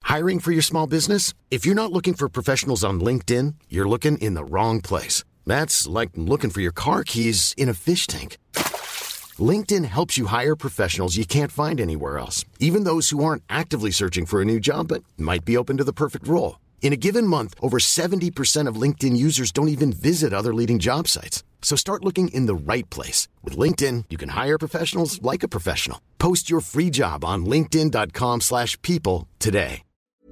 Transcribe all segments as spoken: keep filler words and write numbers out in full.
Hiring for your small business? If you're not looking for professionals on LinkedIn, you're looking in the wrong place. That's like looking for your car keys in a fish tank. LinkedIn helps you hire professionals you can't find anywhere else, even those who aren't actively searching for a new job but might be open to the perfect role. In a given month, over seventy percent of LinkedIn users don't even visit other leading job sites. So start looking in the right place. With LinkedIn, you can hire professionals like a professional. Post your free job on linkedin.com slash people today.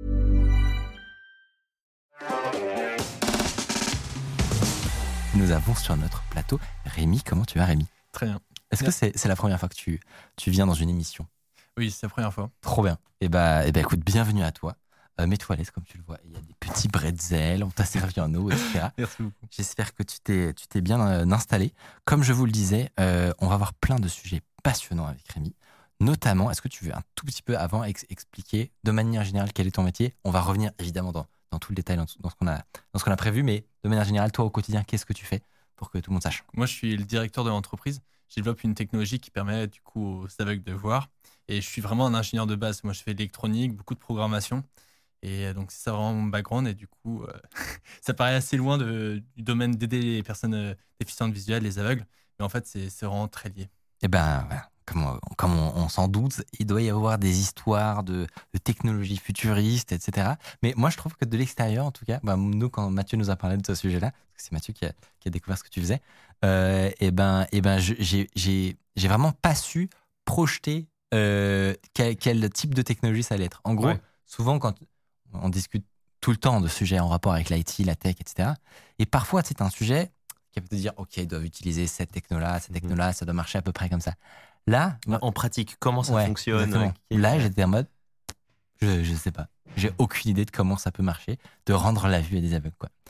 Nous avons sur notre plateau Rémi. Comment tu vas, Rémi ? Très bien. Est-ce que c'est, c'est la première fois que tu, tu viens dans une émission ? Oui, c'est la première fois. Trop bien. Eh bah, eh bah, écoute, bienvenue à toi. Euh, mets-toi à l'aise, comme tu le vois. Il y a des petits bretzels, on t'a servi en eau, et cetera. Merci beaucoup. J'espère que tu t'es, tu t'es bien euh, installé. Comme je vous le disais, euh, on va avoir plein de sujets passionnants avec Rémi. Notamment, est-ce que tu veux un tout petit peu avant ex- expliquer de manière générale quel est ton métier ? On va revenir évidemment dans, dans tout le détail, dans, dans, ce qu'on a, dans ce qu'on a prévu, mais de manière générale, toi au quotidien, qu'est-ce que tu fais pour que tout le monde sache ? Moi, je suis le directeur de l'entreprise. Je développe une technologie qui permet du coup aux aveugles de voir. Et je suis vraiment un ingénieur de base. Moi, je fais de l'électronique, beaucoup de programmation. Et donc, c'est ça vraiment mon background. Et du coup, euh, ça paraît assez loin de, du domaine d'aider les personnes euh, déficientes visuelles, les aveugles. Mais en fait, c'est, c'est vraiment très lié. Eh ben, voilà. Comme, on, comme on, on s'en doute, il doit y avoir des histoires de, de technologies futuristes, et cetera. Mais moi, je trouve que de l'extérieur, en tout cas, bah, nous, quand Mathieu nous a parlé de ce sujet-là, parce que c'est Mathieu qui a, qui a découvert ce que tu faisais, euh, et ben, et ben, je, j'ai, j'ai, j'ai vraiment pas su projeter euh, quel, quel type de technologie ça allait être. En gros, ouais. Souvent, quand on discute tout le temps de sujets en rapport avec l'I T, la tech, et cetera, et parfois, c'est un sujet qui peut te dire, OK, ils doivent utiliser cette techno-là, cette techno-là, ça doit marcher à peu près comme ça. Là, en pratique, comment ça ouais, fonctionne euh, Là, j'étais en mode, je je sais pas, j'ai aucune idée de comment ça peut marcher, de rendre la vue à des aveugles, quoi.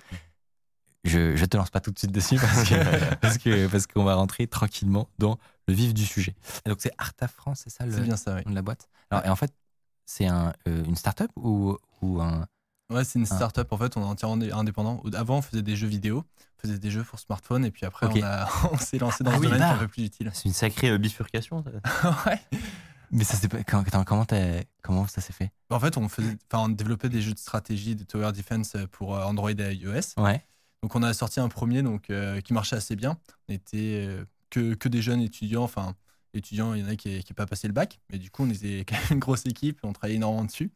Je je te lance pas tout de suite dessus parce que parce que parce qu'on va rentrer tranquillement dans le vif du sujet. Et donc c'est Arta France, c'est ça le C'est bien ça, oui. nom de la boîte. Alors et en fait, c'est un euh, une start-up ou ou un Ouais, c'est une start-up. En fait, on est entièrement indépendant. Avant, on faisait des jeux vidéo, on faisait des jeux pour smartphone, et puis après, okay. on, a, on s'est lancé dans ah, ce oui, domaine bah. qui est un peu plus utile. C'est une sacrée bifurcation. Ouais. Mais ça, c'est pas, comment, comment, comment ça s'est fait ? En fait, on, faisait, on développait des jeux de stratégie, de tower defense pour Android et iOS. Ouais. Donc, on a sorti un premier donc, euh, qui marchait assez bien. On était euh, que, que des jeunes étudiants. Enfin, étudiants, il y en a qui n'ont pas passé le bac. Mais du coup, on était quand même une grosse équipe et on travaillait énormément dessus.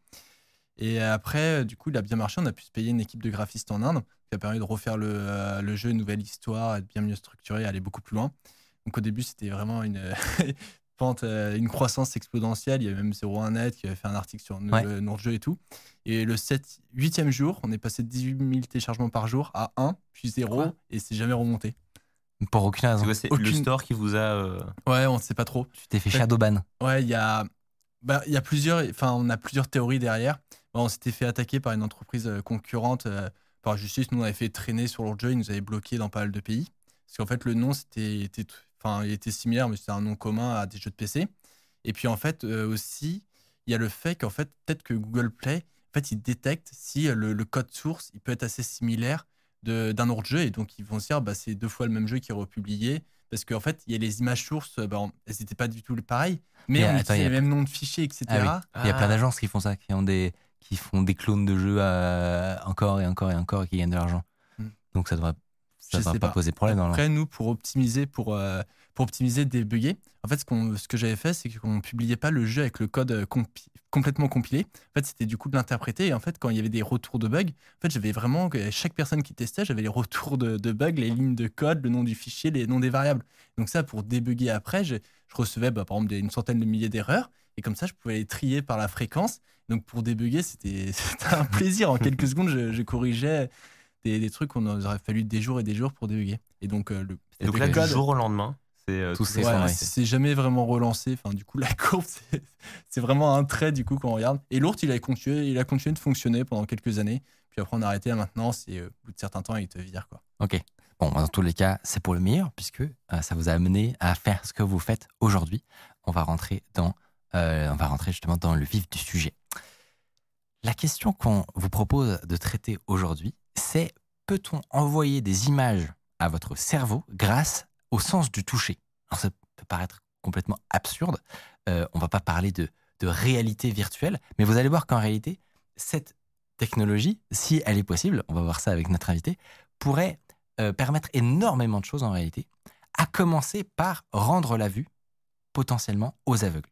Et après, du coup, il a bien marché. On a pu se payer une équipe de graphistes en Inde qui a permis de refaire le, euh, le jeu, une nouvelle histoire, être bien mieux structuré, aller beaucoup plus loin. Donc au début, c'était vraiment une, pente, une croissance exponentielle. Il y avait même zéro un net qui avait fait un article sur nous, ouais. le, notre jeu et tout. Et le huitième jour, on est passé de dix-huit mille téléchargements par jour à un, puis zéro, ouais. et c'est jamais remonté. Pour aucune raison. C'est, quoi, c'est aucune... le store qui vous a... Euh... Ouais, on ne sait pas trop. Tu t'es fait shadowban. Ouais, il y a... Bah, y a plusieurs... Enfin, on a plusieurs théories derrière. On s'était fait attaquer par une entreprise concurrente euh, par justice. Nous, on avait fait traîner sur leur jeu. Ils nous avaient bloqué dans pas mal de pays. Parce qu'en fait, le nom, c'était, était, enfin, il était similaire, mais c'était un nom commun à des jeux de P C. Et puis, en fait, euh, aussi, il y a le fait qu'en fait, peut-être que Google Play, en fait, il détecte si le, le code source, il peut être assez similaire de, d'un autre jeu. Et donc, ils vont se dire, bah, c'est deux fois le même jeu qui est republié. Parce qu'en fait, il y a les images sources, bah, elles n'étaient pas du tout pareilles. Mais et on utilisait les mêmes noms de fichiers, et cetera. Ah oui. Il y a plein d'agences qui font ça, qui ont des... qui font des clones de jeux à encore et encore et encore et qui gagnent de l'argent. Mm. Donc ça devrait, ça devrait pas, pas poser de problème. Après, nous, pour optimiser, pour, euh, pour optimiser, débugger, en fait, ce, qu'on, ce que j'avais fait, c'est qu'on ne publiait pas le jeu avec le code compi- complètement compilé. En fait, c'était du coup de l'interpréter. Et en fait, quand il y avait des retours de bugs, en fait, j'avais vraiment, chaque personne qui testait, j'avais les retours de, de bugs, les lignes de code, le nom du fichier, les noms des variables. Donc ça, pour débugger après, je, je recevais bah, par exemple une centaine de milliers d'erreurs. Et comme ça, je pouvais les trier par la fréquence. Donc, pour débugger, c'était, c'était un plaisir. En quelques secondes, je, je corrigeais des, des trucs qu'on aurait fallu des jours et des jours pour débugger. Et donc, euh, le, et donc là, du jour au lendemain, c'est euh, tout ouais, ouais, c'est, c'est jamais vraiment relancé. Enfin, du coup, la courbe, c'est, c'est vraiment un trait du coup quand on regarde. Et l'autre, il a continué, il a continué de fonctionner pendant quelques années. Puis après, on a arrêté la maintenance et euh, au bout de certains temps, il te vire, quoi. Ok. Bon, dans tous les cas, c'est pour le meilleur puisque euh, ça vous a amené à faire ce que vous faites aujourd'hui. On va rentrer dans Euh, on va rentrer justement dans le vif du sujet. La question qu'on vous propose de traiter aujourd'hui, c'est peut-on envoyer des images à votre cerveau grâce au sens du toucher ? Alors ça peut paraître complètement absurde, euh, on ne va pas parler de, de réalité virtuelle, mais vous allez voir qu'en réalité, cette technologie, si elle est possible, on va voir ça avec notre invité, pourrait euh, permettre énormément de choses en réalité, à commencer par rendre la vue potentiellement aux aveugles.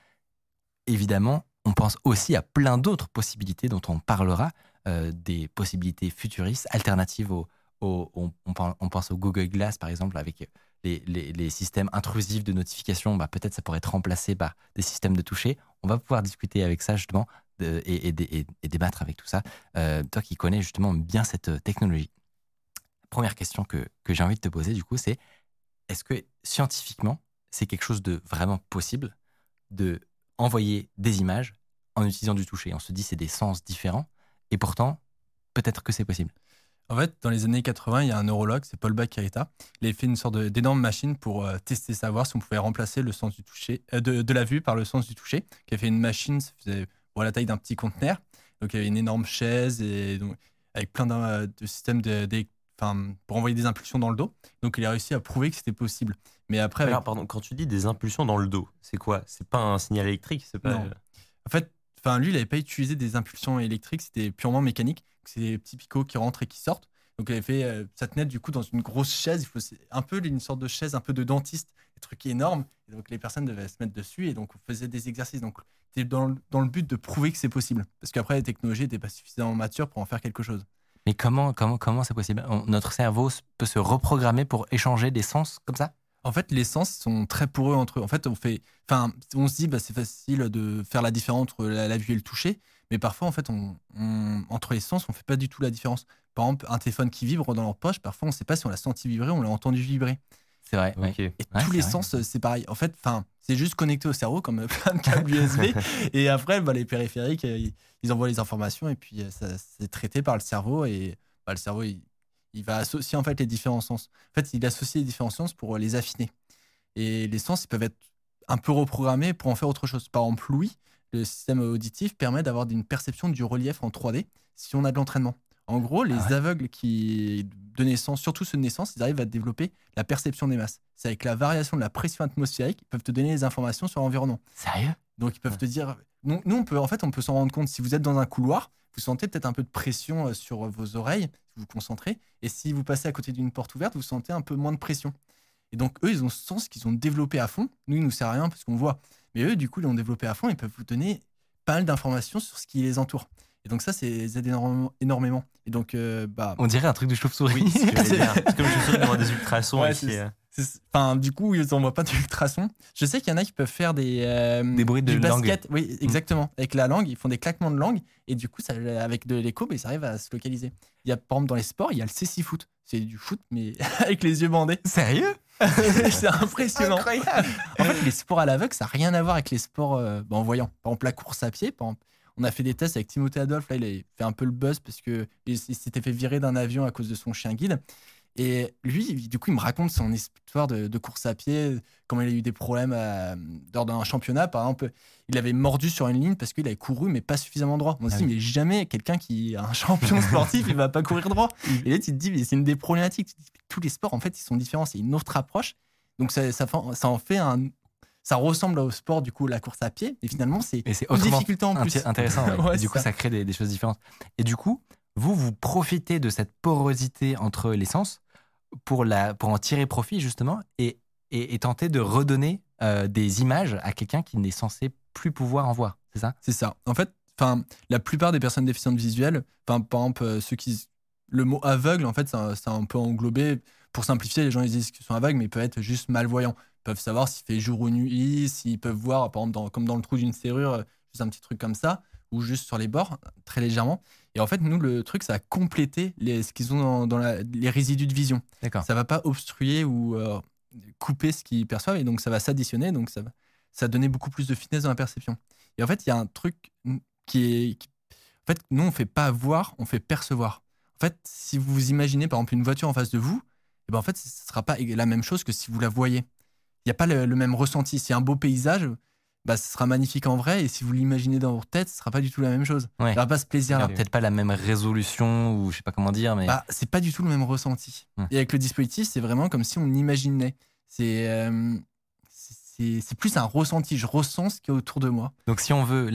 Évidemment, on pense aussi à plein d'autres possibilités dont on parlera, euh, des possibilités futuristes, alternatives au, au on, on, pense, on pense au Google Glass par exemple, avec les, les, les systèmes intrusifs de notification. Bah, peut-être ça pourrait être remplacé par des systèmes de toucher. On va pouvoir discuter avec ça justement de, et, et, et, et débattre avec tout ça. Euh, toi qui connais justement bien cette technologie. Première question que, que j'ai envie de te poser du coup, c'est est-ce que scientifiquement, c'est quelque chose de vraiment possible de envoyer des images en utilisant du toucher? On se dit c'est des sens différents et pourtant, peut-être que c'est possible. En fait, dans les années quatre-vingts, il y a un neurologue, c'est Paul Bach-Carita. Il a fait une sorte de, d'énorme machine pour euh, tester, savoir si on pouvait remplacer le sens du toucher, euh, de, de la vue par le sens du toucher. Il a fait une machine, ça faisait bon, la taille d'un petit conteneur. Donc il y avait une énorme chaise et donc, avec plein de, de systèmes de, de, enfin, pour envoyer des impulsions dans le dos. Donc il a réussi à prouver que c'était possible. Mais après, Alors, avec... pardon, quand tu dis des impulsions dans le dos, c'est quoi? C'est pas un signal électrique, c'est pas. Non. En fait, enfin, lui, il n'avait pas utilisé des impulsions électriques, c'était purement mécanique. C'est des petits picots qui rentrent et qui sortent. Donc, il avait fait, euh, ça tenait du coup dans une grosse chaise. Il faut c'est un peu une sorte de chaise, un peu de dentiste, des trucs énormes. Et donc, les personnes devaient se mettre dessus et donc on faisait des exercices. Donc, c'était dans, le- dans le but de prouver que c'est possible. Parce qu'après, les technologies n'étaient pas suffisamment matures pour en faire quelque chose. Mais comment, comment, comment c'est possible? On- Notre cerveau s- peut se reprogrammer pour échanger des sens comme ça? En fait, les sens sont très poreux entre eux. En fait, on fait, enfin, on se dit, bah, c'est facile de faire la différence entre la, la vue et le toucher, mais parfois, en fait, on, on- entre les sens, on fait pas du tout la différence. Par exemple, un téléphone qui vibre dans leur poche, parfois, on ne sait pas si on l'a senti vibrer, on l'a entendu vibrer. C'est vrai. Ok. ouais. Et Ouais, tous c'est les vrai. sens, c'est pareil. En fait, enfin, c'est juste connecté au cerveau comme plein de câbles U S B. Et après, bah, les périphériques, euh, ils, ils envoient les informations et puis euh, ça, c'est traité par le cerveau et bah, le cerveau, il, il va associer en fait les différents sens. En fait, il associe les différents sens pour euh, les affiner. Et les sens, ils peuvent être un peu reprogrammés pour en faire autre chose. Par exemple, l'ouïe, le système auditif, permet d'avoir une perception du relief en trois D si on a de l'entraînement. En gros, les Ah ouais. aveugles qui, de naissance, surtout ceux de naissance, ils arrivent à développer la perception des masses. C'est avec la variation de la pression atmosphérique qu'ils peuvent te donner des informations sur l'environnement. Sérieux? Donc, ils peuvent Ouais. te dire... Nous, nous, on peut, en fait, on peut s'en rendre compte. Si vous êtes dans un couloir, vous sentez peut-être un peu de pression euh, sur vos oreilles, si vous vous concentrez. Et si vous passez à côté d'une porte ouverte, vous sentez un peu moins de pression. Et donc, eux, ils ont ce sens qu'ils ont développé à fond. Nous, il nous sert à rien parce qu'on voit. Mais eux, du coup, ils l'ont développé à fond. Ils peuvent vous donner pas mal d'informations sur ce qui les entoure. Et donc, ça, c'est les aide énormément. énormément. Et donc, euh, bah. On dirait un truc de chauve-souris. Oui, Ce que j'allais dire. C'est comme je suis sûr qu'il y aura des ultrasons Ouais, ici. c'est- euh. c'est- Enfin, du coup, ils n'envoient pas d'ultrasons. Je sais qu'il y en a qui peuvent faire des. euh, Des bruits de du langue. basket. Oui, exactement. Avec la langue, ils font des claquements de langue. Et du coup, ça, avec de l'écho, mais ça arrive à se localiser. Il y a, par exemple, dans les sports, il y a le C six foot. C'est du foot, mais avec les yeux bandés. Sérieux? C'est impressionnant. Incroyable. En fait, les sports à l'aveugle, ça n'a rien à voir avec les sports euh, bah, en voyant. Par exemple, la course à pied, par exemple, on a fait des tests avec Timothée Adolphe. Là, il a fait un peu le buzz parce qu'il il s'était fait virer d'un avion à cause de son chien guide. Et lui, du coup, il me raconte son histoire de, de course à pied, comment il a eu des problèmes à- lors d'un championnat. Par exemple, il avait mordu sur une ligne parce qu'il avait couru, mais pas suffisamment droit. On se Ah dit, oui. mais jamais quelqu'un qui est un champion sportif, il va pas courir droit. Et là, tu te dis, mais c'est une des problématiques. Tu te dis, tous les sports, en fait, ils sont différents. C'est une autre approche. Donc, ça, ça, fait- ça en fait un. Ça ressemble au sport, du coup, la course à pied. Et finalement, c'est Mais c'est une autrement difficulté en plus. inté- intéressant. ouais. Ouais, Et du c'est coup, ça. ça crée des, des choses différentes. Et du coup, vous, vous profitez de cette porosité entre les sens pour, la, pour en tirer profit, justement, et, et, et tenter de redonner euh, des images à quelqu'un qui n'est censé plus pouvoir en voir. C'est ça? C'est ça. En fait, enfin, la plupart des personnes déficientes visuelles, enfin, par exemple, euh, ceux qui, le mot aveugle, en fait, ça, ça a un peu englobé. Pour simplifier, les gens ils disent qu'ils sont aveugles, mais ils peuvent être juste malvoyants. Ils peuvent savoir s'il fait jour ou nuit, s'ils peuvent voir, par exemple, dans- comme dans le trou d'une serrure, euh, juste un petit truc comme ça, ou juste sur les bords, très légèrement. Et en fait, nous, le truc, ça a complété les, ce qu'ils ont dans, dans la- les résidus de vision. D'accord. Ça va pas obstruer ou euh, couper ce qu'ils perçoivent, et donc ça va s'additionner, donc ça va, ça va donner beaucoup plus de finesse dans la perception. Et en fait, il y a un truc qui est. qui- en fait, nous, on fait pas voir, on fait percevoir. En fait, si vous imaginez par exemple une voiture en face de vous, eh ben, en fait, ce ne sera pas la même chose que si vous la voyez. Il n'y a pas le, le même ressenti. Si un beau paysage, bah, ce sera magnifique en vrai, et si vous l'imaginez dans votre tête, ce ne sera pas du tout la même chose. Ouais. Il n'y aura pas ce Il y plaisir-là. aura peut-être pas la même résolution, ou je sais pas comment dire, mais. Bah, c'est pas du tout le même ressenti. Ouais. Et avec le dispositif, c'est vraiment comme si on imaginait. C'est euh, c'est c'est plus un ressenti. Je ressens ce qui est autour de moi. Donc, si on veut, là,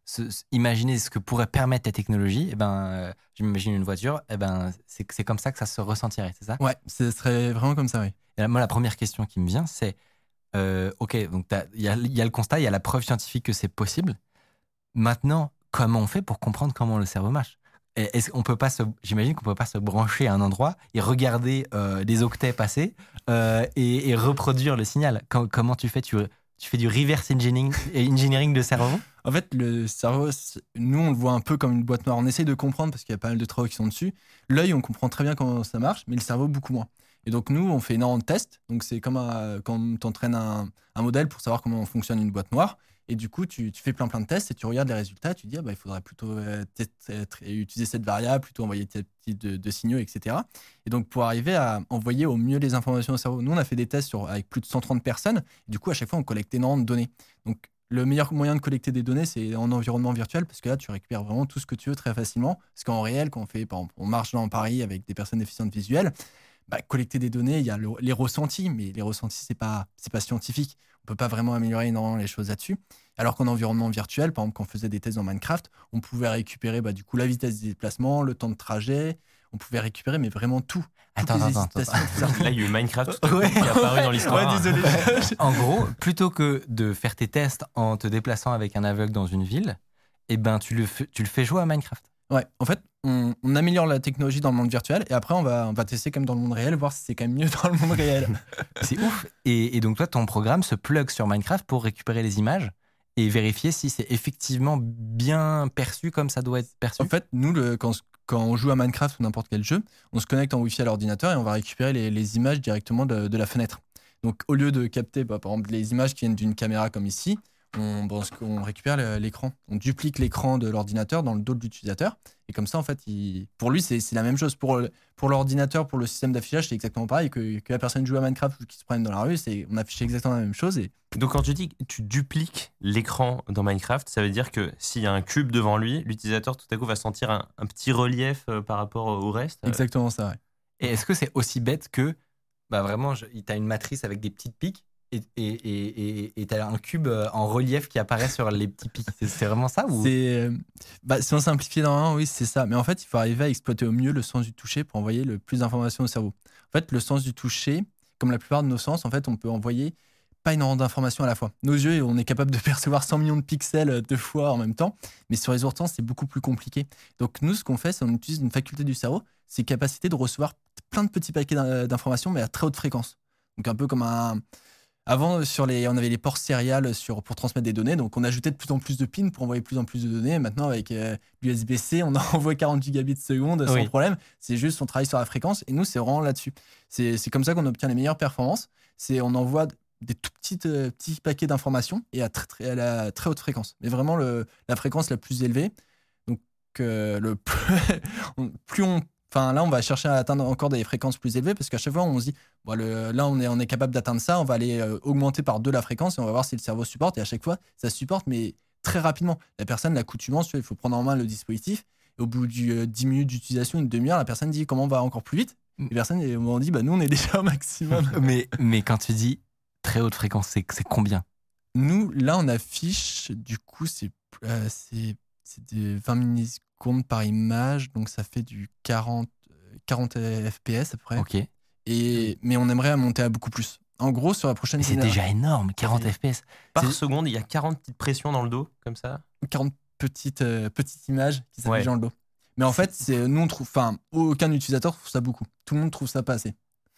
se, se- imaginer ce que pourrait permettre la technologie, eh ben, euh, je m'imagine une voiture, eh ben, c'est, c'est comme ça que ça se ressentirait, c'est ça? Ouais, ce serait vraiment comme ça, oui. Et là, moi, la première question qui me vient, c'est euh, ok, donc t'as- il y a, il y a le constat, il y a la preuve scientifique que c'est possible. Maintenant, comment on fait pour comprendre comment le cerveau marche? Et Est-ce qu'on peut pas se, j'imagine qu'on peut pas se brancher à un endroit et regarder euh, des octets passer euh, et, et reproduire le signal. Com- comment tu fais? Tu, tu fais du reverse engineering, engineering de cerveau? En fait, le cerveau, c'est- nous, on le voit un peu comme une boîte noire. On essaye de comprendre parce qu'il y a pas mal de travaux qui sont dessus. L'œil, on comprend très bien comment ça marche, mais le cerveau, beaucoup moins. Et donc, nous, on fait énormément de tests. Donc, c'est comme un- quand tu entraînes un, un modèle pour savoir comment fonctionne une boîte noire. Et du coup, tu, tu fais plein plein de tests et tu regardes les résultats. Tu dis, ah, bah, il faudrait plutôt euh, peut-être être- utiliser cette variable, plutôt envoyer tel type de, de signaux, et cetera. Et donc, pour arriver à envoyer au mieux les informations au cerveau, nous, on a fait des tests sur, avec plus de cent trente personnes. Et du coup, à chaque fois, on collecte énormément de données. Donc, le meilleur moyen de collecter des données, c'est en environnement virtuel, parce que là, tu récupères vraiment tout ce que tu veux très facilement. Parce qu'en réel, quand on fait, par exemple, on marche dans Paris avec des personnes déficientes visuelles, bah, collecter des données, il y a le- les ressentis, mais les ressentis, c'est pas, c'est pas scientifique. On peut pas vraiment améliorer énormément les choses là-dessus. Alors qu'en environnement virtuel, par exemple, quand on faisait des tests dans Minecraft, on pouvait récupérer bah, du coup la vitesse des déplacements, le temps de trajet. On pouvait récupérer, mais vraiment tout. Toutes Attends, les attends, attends. hésitations, tout ça. Là, il y a eu Minecraft tout à coup Ouais. qui est apparu dans l'histoire. Ouais, désolé. En gros, plutôt que de faire tes tests en te déplaçant avec un aveugle dans une ville, eh ben, tu le fais, tu le fais jouer à Minecraft. Ouais, en fait, on, on améliore la technologie dans le monde virtuel et après, on va, on va tester comme dans le monde réel, voir si c'est quand même mieux dans le monde réel. C'est ouf. Et, et donc, toi, ton programme se plug sur Minecraft pour récupérer les images et vérifier si c'est effectivement bien perçu comme ça doit être perçu. En fait, nous, le, quand, quand on joue à Minecraft ou n'importe quel jeu, on se connecte en Wi-Fi à l'ordinateur et on va récupérer les, les images directement de, de la fenêtre. Donc, au lieu de capter, bah, par exemple, les images qui viennent d'une caméra comme ici, on, bon, on récupère le- l'écran. On duplique l'écran de l'ordinateur dans le dos de l'utilisateur. Et comme ça, en fait, il- pour lui, c'est c'est la même chose. Pour, le- pour l'ordinateur, pour le système d'affichage, c'est exactement pareil. Que, que la personne joue à Minecraft ou qu'il se prenne dans la rue, c'est, on affiche exactement la même chose. Et Donc, quand tu dis que tu dupliques l'écran dans Minecraft, ça veut dire que s'il y a un cube devant lui, l'utilisateur tout à coup va sentir un, un petit relief euh, par rapport au reste. exactement ça, ouais. Et est-ce que c'est aussi bête que, bah vraiment, tu as une matrice avec des petites pics et tu et, et, et, t'as un cube euh, en relief qui apparaît sur les petits pics? C'est c'est vraiment ça ou... C'est, euh, bah, si on simplifie normalement, oui, c'est ça. Mais en fait, il faut arriver à exploiter au mieux le sens du toucher pour envoyer le plus d'informations au cerveau. En fait, le sens du toucher, comme la plupart de nos sens, en fait, on peut envoyer pas énormément d'informations à la fois. Nos yeux, on est capable de percevoir cent millions de pixels deux fois en même temps, mais sur les orthans, c'est beaucoup plus compliqué. Donc nous, ce qu'on fait, c'est qu'on utilise une faculté du cerveau, c'est capacité de recevoir plein de petits paquets d'in- d'informations, mais à très haute fréquence. Donc un peu comme un... Avant, sur les, on avait les ports serial sur, pour transmettre des données, donc on ajoutait de plus en plus de pins pour envoyer de plus en plus de données. Maintenant, avec euh, l'U S B-C, on envoie quarante gigabits seconde sans Oui. problème. C'est juste, on travaille sur la fréquence, et nous, c'est vraiment là-dessus. C'est c'est comme ça qu'on obtient les meilleures performances. C'est on envoie des tout petites, euh, petits paquets d'informations et à, très, très, à la très haute fréquence. Mais vraiment le, la fréquence la plus élevée. Donc, euh, le plus, on- plus on. Enfin, là, on va chercher à atteindre encore des fréquences plus élevées parce qu'à chaque fois, on se dit, bon, le, là, on est, on est capable d'atteindre ça, on va aller euh, augmenter par deux la fréquence et on va voir si le cerveau supporte. Et à chaque fois, ça supporte, mais très rapidement. La personne, l'accoutumance, tu vois, il faut prendre en main le dispositif. Et au bout du euh, dix minutes d'utilisation, une demi-heure, la personne dit, comment on va encore plus vite? Les personnes, et on dit, bah, nous, on est déjà au maximum. mais, mais quand tu dis très haute fréquence, c'est c'est combien? Nous, là, on affiche, du coup, c'est euh, c'est c'est des vingt millisecondes par image, donc ça fait du quarante, euh, quarante F P S après. Ok. Et, mais on aimerait monter à beaucoup plus. En gros, sur la prochaine Mais c'est génération, déjà énorme, quarante fait- F P S. Par C'est- seconde, il y a quarante petites pressions dans le dos, comme ça. quarante petites, euh, petites images qui s'affichent Ouais. dans le dos. Mais en fait, c'est, nous, on trouve, enfin, aucun utilisateur trouve ça beaucoup. Tout le monde trouve ça pas assez.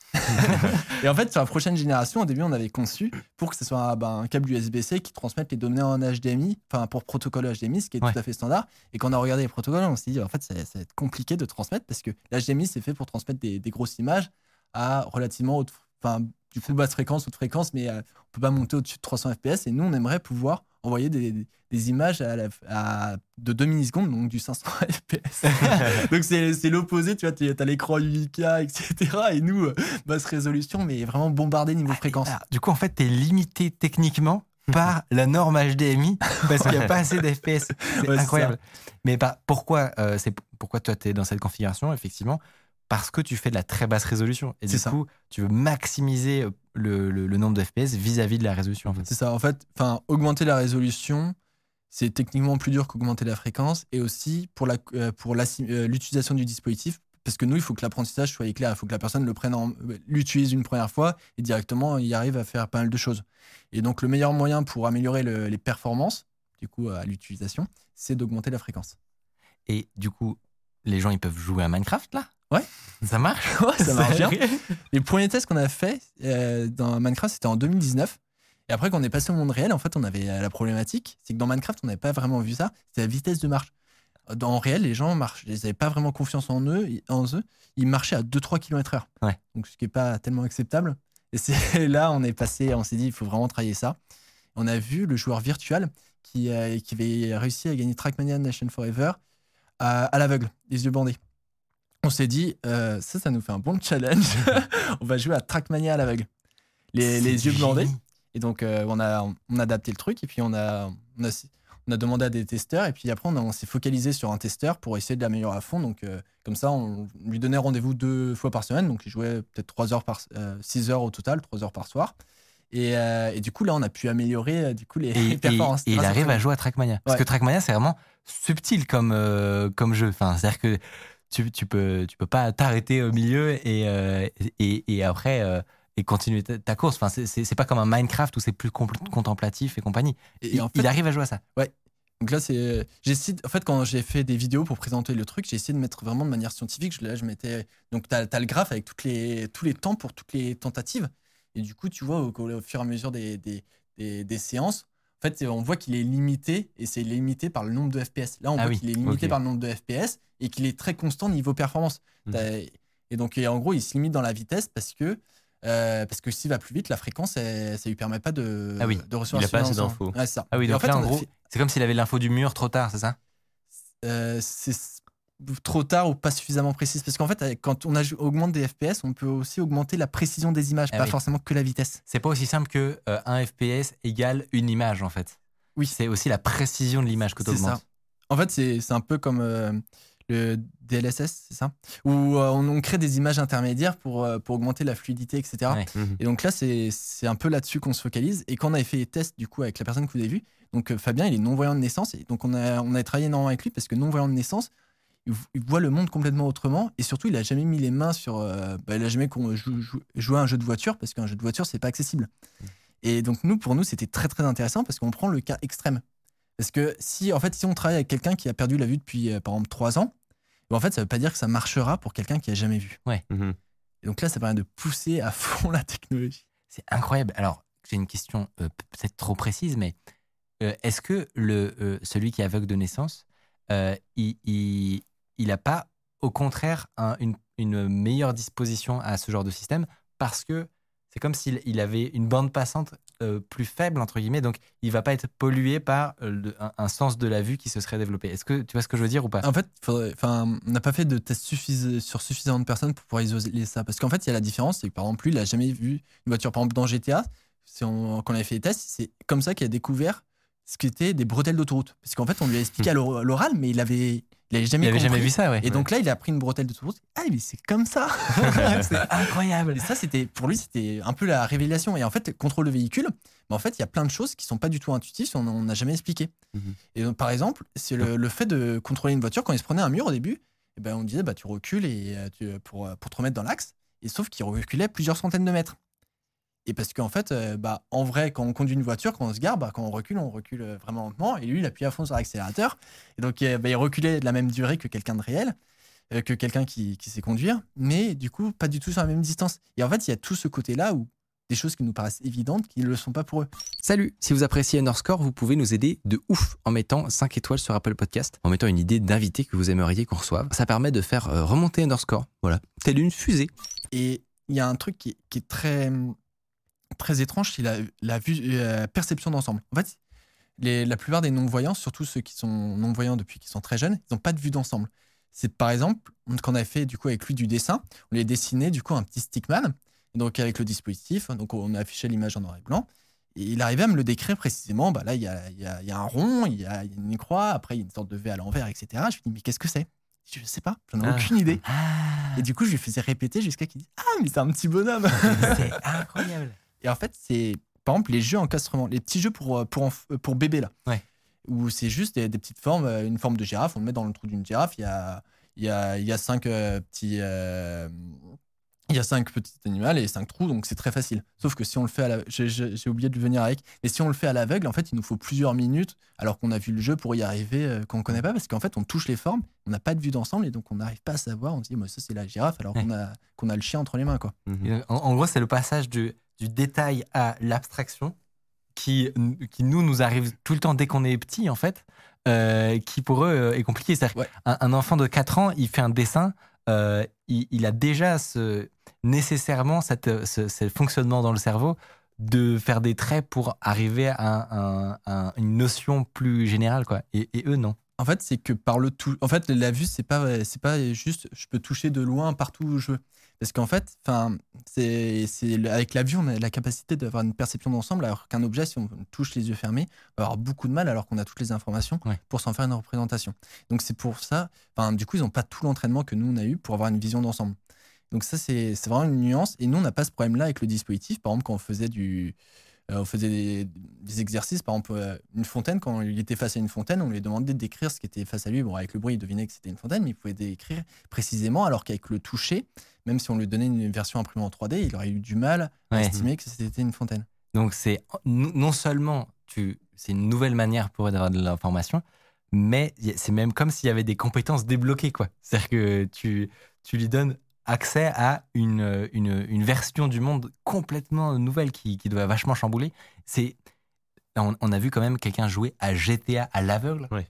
Et en fait, sur la prochaine génération, au début, on avait conçu pour que ce soit bah, un câble U S B-C qui transmette les données en H D M I, enfin pour protocole H D M I, ce qui est Ouais. tout à fait standard. Et quand on a regardé les protocoles, on s'est dit, en fait, ça, ça va être compliqué de transmettre parce que l'H D M I, c'est fait pour transmettre des, des grosses images à relativement haute, enfin, du coup, basse fréquence, haute fréquence, mais euh, on peut pas monter au-dessus de trois cents F P S. Et nous, on aimerait pouvoir envoyer des, des- des images à la- à- de deux millisecondes, donc du cinq cents F P S. Donc c'est c'est l'opposé, tu vois, tu as l'écran huit K, et cetera. Et nous, euh, basse résolution, mais vraiment bombardé niveau fréquence. Ah, du coup, en fait, tu es limité techniquement par la norme H D M I parce qu'il n'y a pas assez d'F P S. C'est Ouais, c'est incroyable. Mais par- pourquoi, euh, c'est pourquoi toi, tu es dans cette configuration? Effectivement, parce que tu fais de la très basse résolution. Et C'est du ça. coup, tu veux maximiser le, le- le nombre de F P S vis-à-vis de la résolution. En fait. C'est ça, en fait, enfin, augmenter la résolution, c'est techniquement plus dur qu'augmenter la fréquence et aussi pour, la, euh, pour la, euh, l'utilisation du dispositif. Parce que nous, il faut que l'apprentissage soit éclair. Il faut que la personne le prenne en, l'utilise une première fois et directement, il arrive à faire pas mal de choses. Et donc, le meilleur moyen pour améliorer le, les performances, du coup, à l'utilisation, c'est d'augmenter la fréquence. Et du coup, les gens, ils peuvent jouer à Minecraft, là ? Ouais. Ça marche ? Ouais, ça marche bien. Les premiers tests qu'on a fait euh, dans Minecraft, c'était en deux mille dix-neuf. Et après, quand on est passé au monde réel, en fait, on avait la problématique, c'est que dans Minecraft, on n'avait pas vraiment vu ça, c'était la vitesse de marche. En réel, les gens marchent, ils n'avaient pas vraiment confiance en eux, en eux. Ils marchaient à deux à trois kilomètres heure. Ouais. Donc, ce qui n'est pas tellement acceptable. Et c'est là, on est passé, on s'est dit, il faut vraiment travailler ça. On a vu le joueur virtual qui, euh, qui avait réussi à gagner Trackmania Nation Forever à, à l'aveugle, les yeux bandés. On s'est dit, euh, ça, ça nous fait un bon challenge. On va jouer à Trackmania à l'aveugle. Les, les yeux bandés. Et donc, euh, on, a, on a adapté le truc et puis on a, on a, on a demandé à des testeurs. Et puis après, on, a, on s'est focalisé sur un testeur pour essayer de l'améliorer à fond. Donc, euh, comme ça, on lui donnait rendez-vous deux fois par semaine. Donc, il jouait peut-être trois heures par, euh, six heures au total, trois heures par soir. Et, euh, et du coup, là, on a pu améliorer euh, du coup, les, et, les performances. Et, et il arrive à jouer à Trackmania. Parce ouais. que Trackmania, c'est vraiment subtil comme, euh, comme jeu. Enfin, c'est-à-dire que tu, tu, peux, tu peux pas t'arrêter au milieu et, euh, et, et après... Euh, et continuer ta, ta course. Enfin, c'est, c'est, c'est pas comme un Minecraft où c'est plus compl- contemplatif et compagnie. Et, et il, en fait, il arrive à jouer à ça. Ouais. Donc là, c'est. J'essaie. En fait, quand j'ai fait des vidéos pour présenter le truc, j'ai essayé de mettre vraiment de manière scientifique. Je, là, je mettais. Donc, t'as, t'as le graphe avec toutes les, tous les temps pour toutes les tentatives. Et du coup, tu vois, au, au fur et à mesure des, des, des, des séances, en fait, on voit qu'il est limité et c'est limité par le nombre de F P S. Là, on ah voit oui. qu'il est limité okay. par le nombre de F P S et qu'il est très constant niveau performance. Mmh. Et donc, et en gros, il se limite dans la vitesse parce que. Euh, parce que s'il va plus vite, la fréquence, elle, ça lui permet pas de, ah oui. de recevoir. Il a pas assez d'infos. Ouais, c'est ça. Ah oui, donc en fait, là, en gros, fait... c'est comme s'il avait l'info du mur trop tard, c'est ça euh, C'est trop tard ou pas suffisamment précise. Parce qu'en fait, quand on augmente des F P S, on peut aussi augmenter la précision des images, ah pas oui. forcément que la vitesse. C'est pas aussi simple que euh, un F P S égale une image, en fait. Oui. C'est aussi la précision de l'image que tu augmentes. C'est ça. En fait, c'est, c'est un peu comme... Euh, le D L S S, c'est ça, où euh, on, on crée des images intermédiaires pour, euh, pour augmenter la fluidité, et cetera. Ouais. Mmh. Et donc là, c'est, c'est un peu là-dessus qu'on se focalise. Et quand on avait fait les tests du coup avec la personne que vous avez vue, donc euh, Fabien, il est non-voyant de naissance, et donc on a, on a travaillé énormément avec lui parce que non-voyant de naissance, il, il voit le monde complètement autrement, et surtout, il a jamais mis les mains sur, euh, bah, il a jamais jou, jou, joué à un jeu de voiture parce qu'un jeu de voiture, c'est pas accessible. Mmh. Et donc nous, pour nous, c'était très très intéressant parce qu'on prend le cas extrême. Parce que si, en fait, si on travaille avec quelqu'un qui a perdu la vue depuis, euh, par exemple, trois ans, en fait, ça ne veut pas dire que ça marchera pour quelqu'un qui n'a jamais vu. Ouais. Mmh. Et donc là, ça permet de pousser à fond la technologie. C'est incroyable. Alors, j'ai une question euh, peut-être trop précise, mais euh, est-ce que le, euh, celui qui est aveugle de naissance, euh, il n'a pas, au contraire, un, une, une meilleure disposition à ce genre de système parce que c'est comme s'il il avait une bande passante euh, plus faible, entre guillemets, donc il ne va pas être pollué par euh, le, un, un sens de la vue qui se serait développé. Est-ce que tu vois ce que je veux dire ou pas ? En fait, faudrait, on n'a pas fait de test suffis, sur suffisamment de personnes pour pouvoir isoler ça. Parce qu'en fait, il y a la différence, c'est que par exemple, lui, il n'a jamais vu une voiture. Par exemple, dans G T A, si on, quand on avait fait les tests, c'est comme ça qu'il a découvert ce qu'étaient des bretelles d'autoroute. Parce qu'en fait, on lui a expliqué à l'oral, mais il avait... Il n'avait jamais, jamais vu ça, ouais. Et donc là, il a pris une bretelle d'autoroute. Ah, mais c'est comme ça. C'est incroyable. Et ça, c'était, pour lui, c'était un peu la révélation. Et en fait, contrôle de véhicule, bah, en fait, il y a plein de choses qui ne sont pas du tout intuitives, on n'a jamais expliqué. Mm-hmm. Et donc, par exemple, c'est le, le fait de contrôler une voiture. Quand il se prenait un mur au début, et ben, on disait, bah, tu recules et, tu, pour, pour te remettre dans l'axe. Et sauf qu'il reculait plusieurs centaines de mètres. Et parce qu'en fait, euh, bah, en vrai, quand on conduit une voiture, quand on se gare, bah, quand on recule, on recule vraiment lentement. Et lui, il appuie à fond sur l'accélérateur. Et donc, euh, bah, il reculait de la même durée que quelqu'un de réel, euh, que quelqu'un qui, qui sait conduire. Mais du coup, pas du tout sur la même distance. Et en fait, il y a tout ce côté-là où des choses qui nous paraissent évidentes, qui ne le sont pas pour eux. Salut, si vous appréciez Underscore, vous pouvez nous aider de ouf en mettant cinq étoiles sur Apple Podcast, en mettant une idée d'invité que vous aimeriez qu'on reçoive. Ça permet de faire remonter Underscore, voilà, telle une fusée. Et il y a un truc qui, qui est très... très étrange, c'est la, la, vue, la perception d'ensemble. En fait, les, la plupart des non-voyants, surtout ceux qui sont non-voyants depuis qu'ils sont très jeunes, ils n'ont pas de vue d'ensemble. C'est par exemple, quand on a fait du coup avec lui du dessin, on lui a dessiné du coup un petit stickman, donc avec le dispositif, donc on a affiché l'image en noir et blanc, et il arrivait à me le décrire précisément. Bah là, il y a, y, a, y a un rond, il y, y a une croix, après il y a une sorte de V à l'envers, et cetera. Je lui dis, mais qu'est-ce que c'est ? Je ne sais pas, j'en ai ah. aucune idée. Ah. Et du coup, je lui faisais répéter jusqu'à qu'il dise, ah, mais c'est un petit bonhomme. C'est incroyable. Et en fait, c'est par exemple les jeux encastrement, les petits jeux pour, pour, pour bébés là. Ouais. où c'est juste des, des petites formes, euh, une forme de girafe, on le met dans le trou d'une girafe, il y a, il y a, il y a cinq euh, petits... euh, il y a cinq petits animaux et cinq trous, donc c'est très facile. Sauf que si on le fait à la... J'ai, j'ai, j'ai oublié de venir avec. Mais si on le fait à l'aveugle, en fait, il nous faut plusieurs minutes, alors qu'on a vu le jeu pour y arriver, euh, qu'on ne connaît pas, parce qu'en fait, on touche les formes, on n'a pas de vue d'ensemble, et donc on n'arrive pas à savoir. On se dit, moi, ça, c'est la girafe, alors Ouais. qu'on a, qu'on a le chien entre les mains, quoi. Mhm. Et En, en gros, c'est le passage du, du détail à l'abstraction qui, qui, nous, nous arrive tout le temps dès qu'on est petit, en fait, euh, qui pour eux euh, est compliqué. C'est-à-dire Ouais. qu'un un enfant de quatre ans, il fait un dessin, euh, il, il a déjà ce, nécessairement cette, ce, ce fonctionnement dans le cerveau de faire des traits pour arriver à, un, un, une notion plus générale, quoi. Et, et eux, non. En fait, c'est que par le tout. En fait, la vue, c'est pas, c'est pas juste je peux toucher de loin partout où je veux. Parce qu'en fait, c'est, c'est, avec la vue, on a la capacité d'avoir une perception d'ensemble, alors qu'un objet, si on touche les yeux fermés, on va avoir beaucoup de mal alors qu'on a toutes les informations Ouais. pour s'en faire une représentation. Donc c'est pour ça, du coup, ils n'ont pas tout l'entraînement que nous, on a eu pour avoir une vision d'ensemble. Donc ça, c'est, c'est vraiment une nuance. Et nous, on n'a pas ce problème-là avec le dispositif. Par exemple, quand on faisait du... Euh, on faisait des, des exercices, par exemple, euh, une fontaine, quand il était face à une fontaine, on lui demandait de décrire ce qui était face à lui. Bon, avec le bruit, il devinait que c'était une fontaine, mais il pouvait décrire précisément, alors qu'avec le toucher, même si on lui donnait une version imprimée en trois D, il aurait eu du mal à Ouais. estimer que c'était une fontaine. Donc, c'est non seulement tu, c'est une nouvelle manière pour eux d'avoir de l'information, mais c'est même comme s'il y avait des compétences débloquées, quoi. C'est-à-dire que tu, tu lui donnes accès à une, une, une version du monde complètement nouvelle qui, qui doit vachement chambouler. C'est, on, on a vu quand même quelqu'un jouer à G T A à l'aveugle. Oui.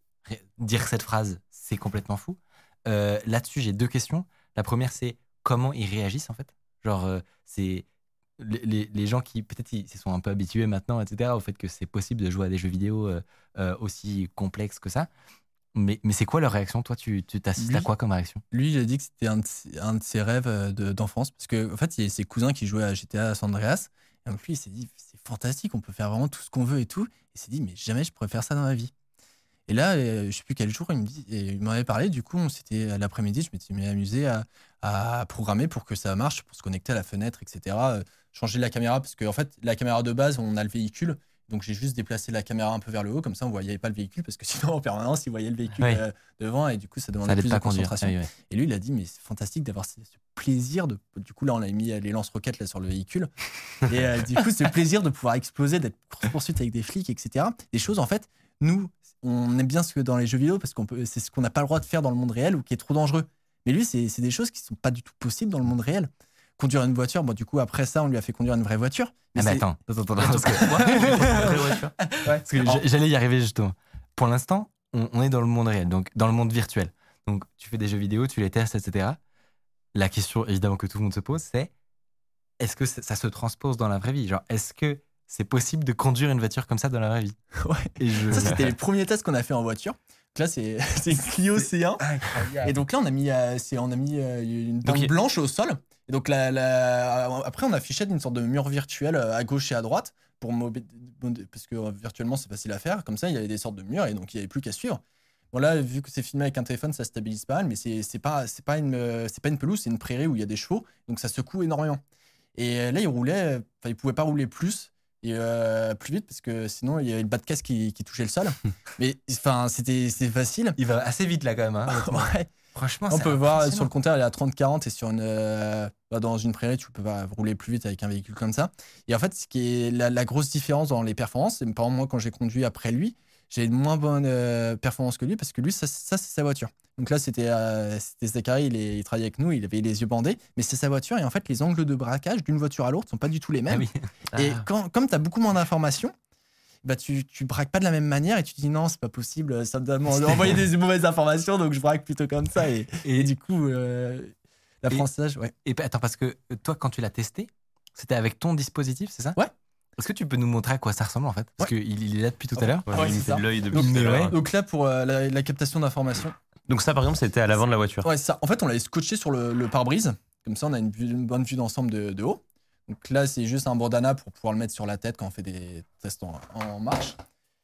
Dire cette phrase, c'est complètement fou. Euh, là-dessus, j'ai deux questions. La première, c'est comment ils réagissent, en fait. Genre, euh, c'est les, les, les gens qui, peut-être, ils se sont un peu habitués maintenant, et cetera, au fait que c'est possible de jouer à des jeux vidéo euh, euh, aussi complexes que ça. Mais, mais c'est quoi leur réaction? Toi, tu, tu t'assistes Lui- à quoi comme réaction? Lui, il a dit que c'était un de ses, un de ses rêves euh, de- d'enfance, parce qu'en en fait, il y a ses cousins qui jouaient à G T A San Andreas, et donc lui, il s'est dit, c'est fantastique, on peut faire vraiment tout ce qu'on veut et tout. Il s'est dit, mais jamais je pourrais faire ça dans ma vie. Et là, euh, je sais plus quel jour, il me dit, et il m'en avait parlé, du coup, on s'était à l'après-midi, je m'étais mis amusé à, à programmer pour que ça marche, pour se connecter à la fenêtre, et cetera. Euh, changer la caméra, parce qu'en fait, la caméra de base, on a le véhicule, donc j'ai juste déplacé la caméra un peu vers le haut, comme ça on voyait pas le véhicule, parce que sinon en permanence, il voyait le véhicule Oui. euh, devant, et du coup, ça Ça demandait n'aide plus pas de à conduire. concentration. Ah oui, ouais. Et lui, il a dit, mais c'est fantastique d'avoir ce, ce plaisir de. Du coup, là, on a mis les lance-roquettes là, sur le véhicule. Et euh, du coup, ce plaisir de pouvoir exploser, d'être course-poursuite avec des flics, et cetera. Des choses, en fait, nous, on aime bien ce que dans les jeux vidéo parce qu'on peut, c'est ce qu'on n'a pas le droit de faire dans le monde réel ou qui est trop dangereux. Mais lui, c'est, c'est des choses qui sont pas du tout possibles dans le monde réel. Conduire une voiture, bon, du coup, après ça, on lui a fait conduire une vraie voiture. Ah, mais c'est- attends, attends, attends, Ouais, parce que- Vraie voiture. parce que j'- j'allais y arriver justement. Pour l'instant, on, on est dans le monde réel, donc dans le monde virtuel. Donc tu fais des jeux vidéo, tu les testes, et cetera. La question évidemment que tout le monde se pose, c'est est-ce que ça, ça se transpose dans la vraie vie? Genre, est-ce que c'est possible de conduire une voiture comme ça dans la vraie vie? Ouais. Et je... Ça, c'était les premiers tests qu'on a fait en voiture. Donc là, c'est, c'est une Clio C un. Et donc là, on a mis, euh, c'est, on a mis euh, une bande Donc, il- blanche au sol. Et donc la, la- après, on affichait une sorte de mur virtuel euh, à gauche et à droite. Pour mobi- parce que euh, virtuellement, c'est facile à faire. Comme ça, il y avait des sortes de murs et donc il n'y avait plus qu'à suivre. Bon, là, vu que c'est filmé avec un téléphone, ça stabilise pas mal. Mais c'est, c'est, pas, c'est, pas une, euh, c'est pas une pelouse, c'est une prairie où il y a des chevaux. Donc ça secoue énormément. Et euh, là, il roulait, enfin, il pouvait pas rouler plus. Et euh, plus vite parce que sinon il y avait le bas de caisse qui, qui touchait le sol. Mais enfin, c'était, c'était facile. Il va assez vite là quand même. Hein, honnêtement. Ouais. Franchement, On c'est peut voir impressionnant. sur le compteur, il est à trente quarante et sur une, euh, bah, dans une prairie, tu peux pas rouler plus vite avec un véhicule comme ça. Et en fait, ce qui est la, la grosse différence dans les performances, c'est par exemple, moi, quand j'ai conduit après lui, j'ai une moins bonne euh, performance que lui parce que lui, ça, ça c'est sa voiture. Donc là, c'était, euh, c'était Zachary, il, est- il travaillait avec nous, il avait les yeux bandés, mais c'est sa voiture. Et en fait, les angles de braquage d'une voiture à l'autre sont pas du tout les Ah mêmes. oui. Et Ah. quand, comme tu as beaucoup moins d'informations, bah tu, tu braques pas de la même manière et tu te dis non, c'est pas possible, ça me donne envoyer des mauvaises informations, donc je braque plutôt comme ça. Et, et du coup, euh, l'apprentissage, ouais. Et attends, parce que toi, quand tu l'as testé, c'était avec ton dispositif, c'est ça? Ouais. Est-ce que tu peux nous montrer à quoi ça ressemble en fait? Parce qu'il il est là depuis tout à Ouais. l'heure. Ouais, Ouais, il c'est me fait ça. de l'œil depuis Donc, tout à l'heure. ouais. Donc là, pour euh, la, la captation d'informations, Donc ça, par exemple, c'était à l'avant de la voiture. ouais, ça. En fait, on l'avait scotché sur le, le pare-brise. Comme ça, on a une, vue- une bonne vue d'ensemble de, de haut. Donc là, c'est juste un bandana pour pouvoir le mettre sur la tête quand on fait des tests en, en marche.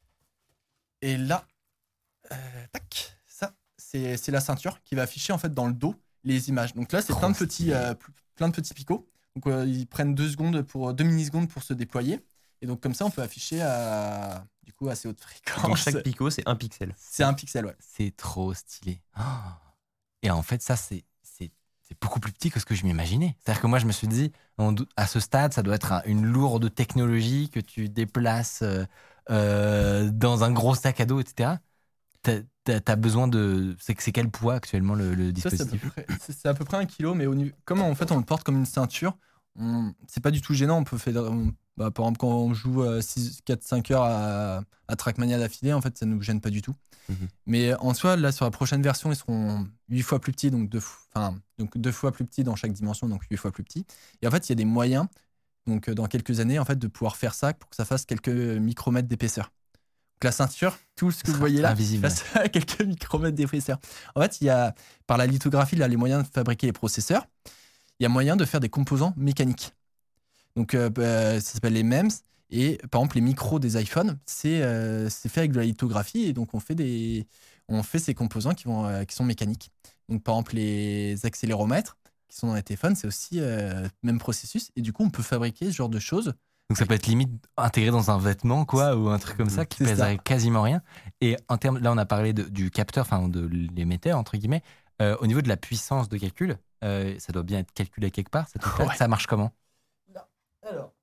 Et là, euh, tac, ça, c'est, c'est la ceinture qui va afficher en fait dans le dos les images. Donc là, c'est Trop plein de petits, stylé. euh, plein de petits picots. Donc euh, ils prennent deux secondes pour deux millisecondes pour se déployer. Et donc comme ça, on peut afficher à, du coup assez haute fréquence. Donc chaque picot, c'est un pixel. C'est un pixel, ouais. C'est trop stylé. Oh. Et en fait, ça, c'est, c'est, c'est beaucoup plus petit que ce que je m'imaginais. C'est-à-dire que moi, je me suis dit, on do- à ce stade, ça doit être un- une lourde technologie que tu déplaces euh, euh, dans un gros sac à dos, et cetera. T'as, t'as- t'as besoin de. C'est, c'est quel poids actuellement le, le Ça, c'est à, peu dispositif? près, c'est, c'est à peu près un kilo, mais au niveau, comme en fait on le porte comme une ceinture, on, c'est pas du tout gênant. On peut faire, on- bah, par exemple, quand on joue quatre cinq heures à, à Trackmania d'affilée, en fait, ça nous gêne pas du tout. Mhm. Mais en soi, là, sur la prochaine version, ils seront huit fois plus petits, donc deux, f- enfin, donc deux fois plus petits dans chaque dimension, donc huit fois plus petits. Et en fait, il y a des moyens, donc euh, dans quelques années, en fait, de pouvoir faire ça pour que ça fasse quelques micromètres d'épaisseur. Donc la ceinture, tout ce que vous voyez là, Invisible. fasse quelques micromètres d'épaisseur. En fait, il y a, par la lithographie, là, les moyens de fabriquer les processeurs, il y a moyen de faire des composants mécaniques. Donc, euh, bah, ça s'appelle les M E M S. Et par exemple, les micros des iPhones, c'est euh, c'est fait avec de la lithographie. Et donc, on fait, des, on fait ces composants qui, vont, euh, qui sont mécaniques. Donc, par exemple, les accéléromètres qui sont dans les téléphones, c'est aussi le même processus. Et du coup, on peut fabriquer ce genre de choses. Donc ça peut être limite intégré dans un vêtement, quoi, ou un truc comme ça qui C'est pèserait ça. quasiment rien. Et en termes, là, on a parlé de- du capteur, enfin de l'émetteur entre guillemets. Euh, au niveau de la puissance de calcul, euh, ça doit bien être calculé quelque part. Ça, Ouais. ça marche comment? Alors,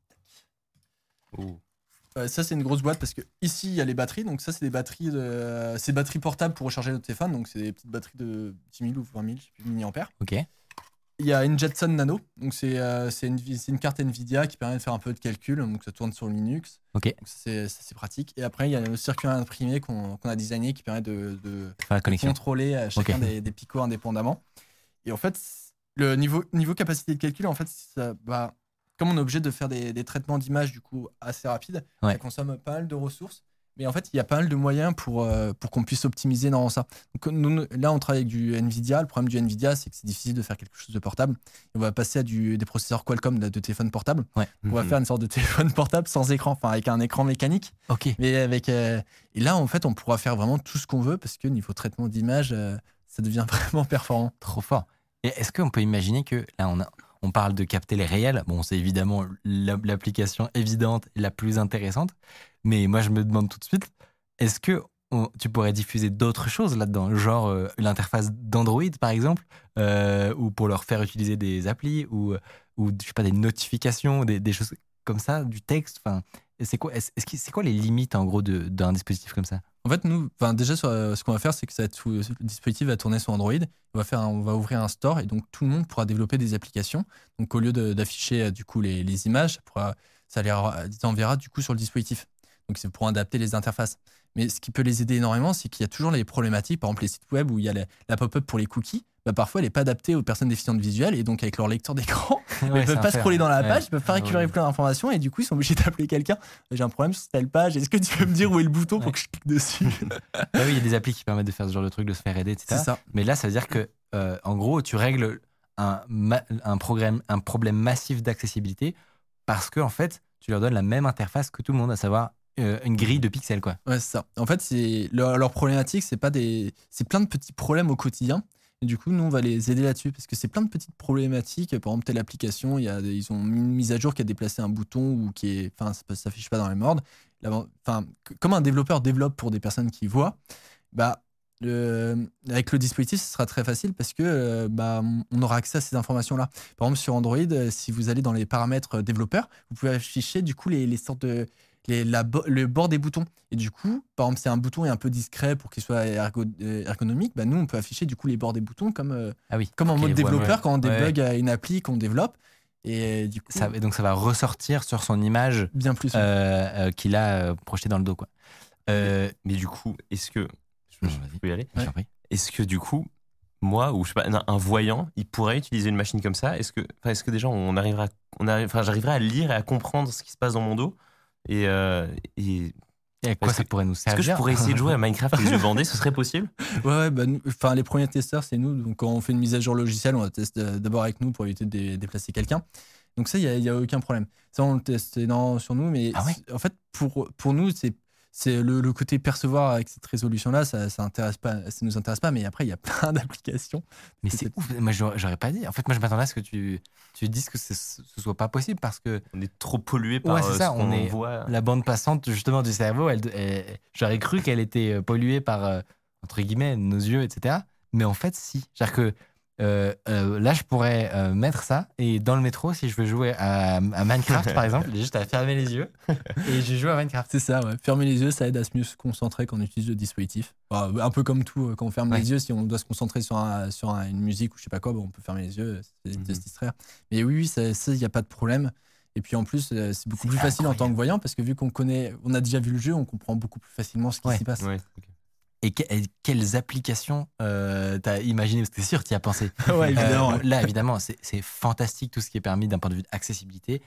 Oh. Euh, ça, c'est une grosse boîte parce que ici, il y a les batteries. Donc, ça, c'est des batteries, de... c'est des batteries portables pour recharger notre téléphone. Donc, c'est des petites batteries de dix mille ou vingt mille, je sais plus, milliampères. Ok. Il y a une Jetson Nano. Donc, c'est euh, c'est une, c'est une carte Nvidia qui permet de faire un peu de calcul. Donc, ça tourne sur Linux. Ok. Donc, ça, c'est ça, c'est pratique. Et après, il y a le circuit imprimé qu'on qu'on a designé qui permet de, de Faire la connexion. contrôler euh, chacun Ok. des, des picots indépendamment. Et en fait, le niveau, niveau capacité de calcul, en fait, ça, bah, comme on est obligé de faire des, des traitements d'image du coup assez rapides, Ouais. ça consomme pas mal de ressources. Mais en fait, il y a pas mal de moyens pour, euh, pour qu'on puisse optimiser dans ça. Donc, nous, là, on travaille avec du Nvidia. Le problème du Nvidia, c'est que c'est difficile de faire quelque chose de portable. On va passer à du, des processeurs Qualcomm de, de téléphone portable. Ouais. On va Mhm. faire une sorte de téléphone portable sans écran, enfin avec un écran mécanique. Ok. Mais avec, euh, et là, en fait, on pourra faire vraiment tout ce qu'on veut parce que niveau traitement d'image, euh, ça devient vraiment performant. Trop fort. Et est-ce qu'on peut imaginer que là, on, a, on parle de capter les réels. Bon, c'est évidemment la- l'application évidente et la plus intéressante. Mais moi, je me demande tout de suite, est-ce que on- tu pourrais diffuser d'autres choses là-dedans, genre euh, l'interface d'Android, par exemple, euh, ou pour leur faire utiliser des applis, ou, ou je sais pas, des notifications, des, des choses comme ça, du texte. Enfin, c'est quoi, est-ce, est-ce que- c'est quoi les limites en gros de- d'un dispositif comme ça? En fait, nous, enfin, déjà, sur, euh, ce qu'on va faire, c'est que ça va être sous- le dispositif va tourner sur Android. On va, faire un- on va ouvrir un store et donc tout le monde pourra développer des applications. Donc, au lieu de- d'afficher euh, du coup les, les images, ça, pourra, ça les ra- les enverra du coup sur le dispositif. Donc, c'est pour adapter les interfaces. Mais ce qui peut les aider énormément, c'est qu'il y a toujours les problématiques. Par exemple, les sites web où il y a la, la pop-up pour les cookies. Bah, parfois, elle n'est pas adaptée aux personnes déficientes visuelles et donc avec leur lecteur d'écran, ils Ouais, ne c'est peuvent un pas fer. scroller dans la Ouais. page, ils peuvent pas Ah, récupérer ouais. plein d'informations et du coup, ils sont obligés d'appeler quelqu'un. J'ai un problème sur telle page, est-ce que tu peux me dire où est le bouton pour Ouais. que je clique dessus? Ah oui, il y a des applis qui permettent de faire ce genre de truc, de se faire aider, et cetera. C'est ça. Mais là, ça veut dire que, euh, en gros, tu règles un, ma- un, programme, un problème massif d'accessibilité parce que, en fait, tu leur donnes la même interface que tout le monde, à savoir euh, une grille de pixels, quoi. Ouais, c'est ça. En fait, c'est leur, leur problématique, c'est pas des, c'est plein de petits problèmes au quotidien. Et du coup, nous, on va les aider là-dessus parce que c'est plein de petites problématiques. Par exemple, telle application, il y a, des- ils ont mis une mise à jour qui a déplacé un bouton ou qui est, enfin, ça s'affiche pas dans les mordes. Là, enfin, que- comme un développeur développe pour des personnes qui voient, bah, le- avec le dispositif, ce sera très facile parce que euh, bah, on aura accès à ces informations-là. Par exemple, sur Android, euh, si vous allez dans les paramètres euh, développeurs, vous pouvez afficher du coup les, les sortes de les- la bo- le bord des boutons. Et du coup, par exemple, si un bouton est un peu discret pour qu'il soit ergo- euh, ergonomique, bah, nous, on peut afficher du coup les bords des boutons comme, euh, Ah oui. comme en pour mode qu'ils les voient, développeur ouais. quand on Ouais, débug euh, une appli qu'on développe. Et euh, du coup, Ça, et donc, ça va ressortir sur son image bien plus. euh, euh, qu'il a euh, projetée dans le dos, quoi. Euh, Mais du coup, est-ce que. Je, Non, je vas-y. peux y aller je t'en prie. Est-ce que du coup, moi, ou je sais pas, un, un voyant, il pourrait utiliser une machine comme ça? Est-ce que, enfin, est-ce que déjà on arrivera, on arrive, enfin, j'arriverai à lire et à comprendre ce qui se passe dans mon dos? Et, euh, et Et à quoi Est-ce ça que- pourrait nous est-ce servir? que je pourrais essayer de jouer à Minecraft les yeux bandés? Ce serait possible? Ouais, ouais, bah, nous- enfin, les premiers testeurs, c'est nous. Donc, quand on fait une mise à jour logicielle, on la teste euh, d'abord avec nous pour éviter de dé- déplacer quelqu'un. Donc, ça, il n'y a, il y a aucun problème. Ça, on le teste non, sur nous. Mais Ah ouais c'est- en fait, pour, pour nous, c'est c'est le, le côté percevoir avec cette résolution-là, ça, ça intéresse pas, ça nous intéresse pas. Mais après, il y a plein d'applications. Mais c'est ouf. Moi, j'aurais, j'aurais pas dit. En fait, moi, je m'attendais à ce que tu, tu dises que ce soit pas possible parce que. On est trop pollué par ouais, c'est euh, ça, ce qu'on on est, voit. La bande passante, justement, du cerveau, elle, elle- j'aurais cru qu'elle était polluée par, euh, entre guillemets, nos yeux, et cetera. Mais en fait, si. C'est-à-dire que euh, euh, là, je pourrais euh, mettre ça et dans le métro, si je veux jouer à, à Minecraft, par exemple, j'ai juste à fermer les yeux et je joue à Minecraft. C'est ça, ouais. Fermer les yeux, ça aide à se mieux se concentrer quand on utilise le dispositif. Enfin, un peu comme tout, quand on ferme Ouais. les yeux, si on doit se concentrer sur, un, sur un- une musique ou je sais pas quoi, bon, on peut fermer les yeux, c'est de Mhm. se distraire. Mais oui, oui, ça, il n'y a pas de problème. Et puis en plus, euh, c'est beaucoup C'est plus facile en tant incroyable. que voyant parce que vu qu'on connaît, on a déjà vu le jeu, on comprend beaucoup plus facilement ce qui Ouais. s'y passe. Ouais, ok. Et, que- et quelles applications euh, t'as imaginé? Parce que c'est sûr, tu y as pensé. Ouais, évidemment. Euh, là, évidemment, c'est c'est fantastique tout ce qui est permis d'un point de vue d'accessibilité.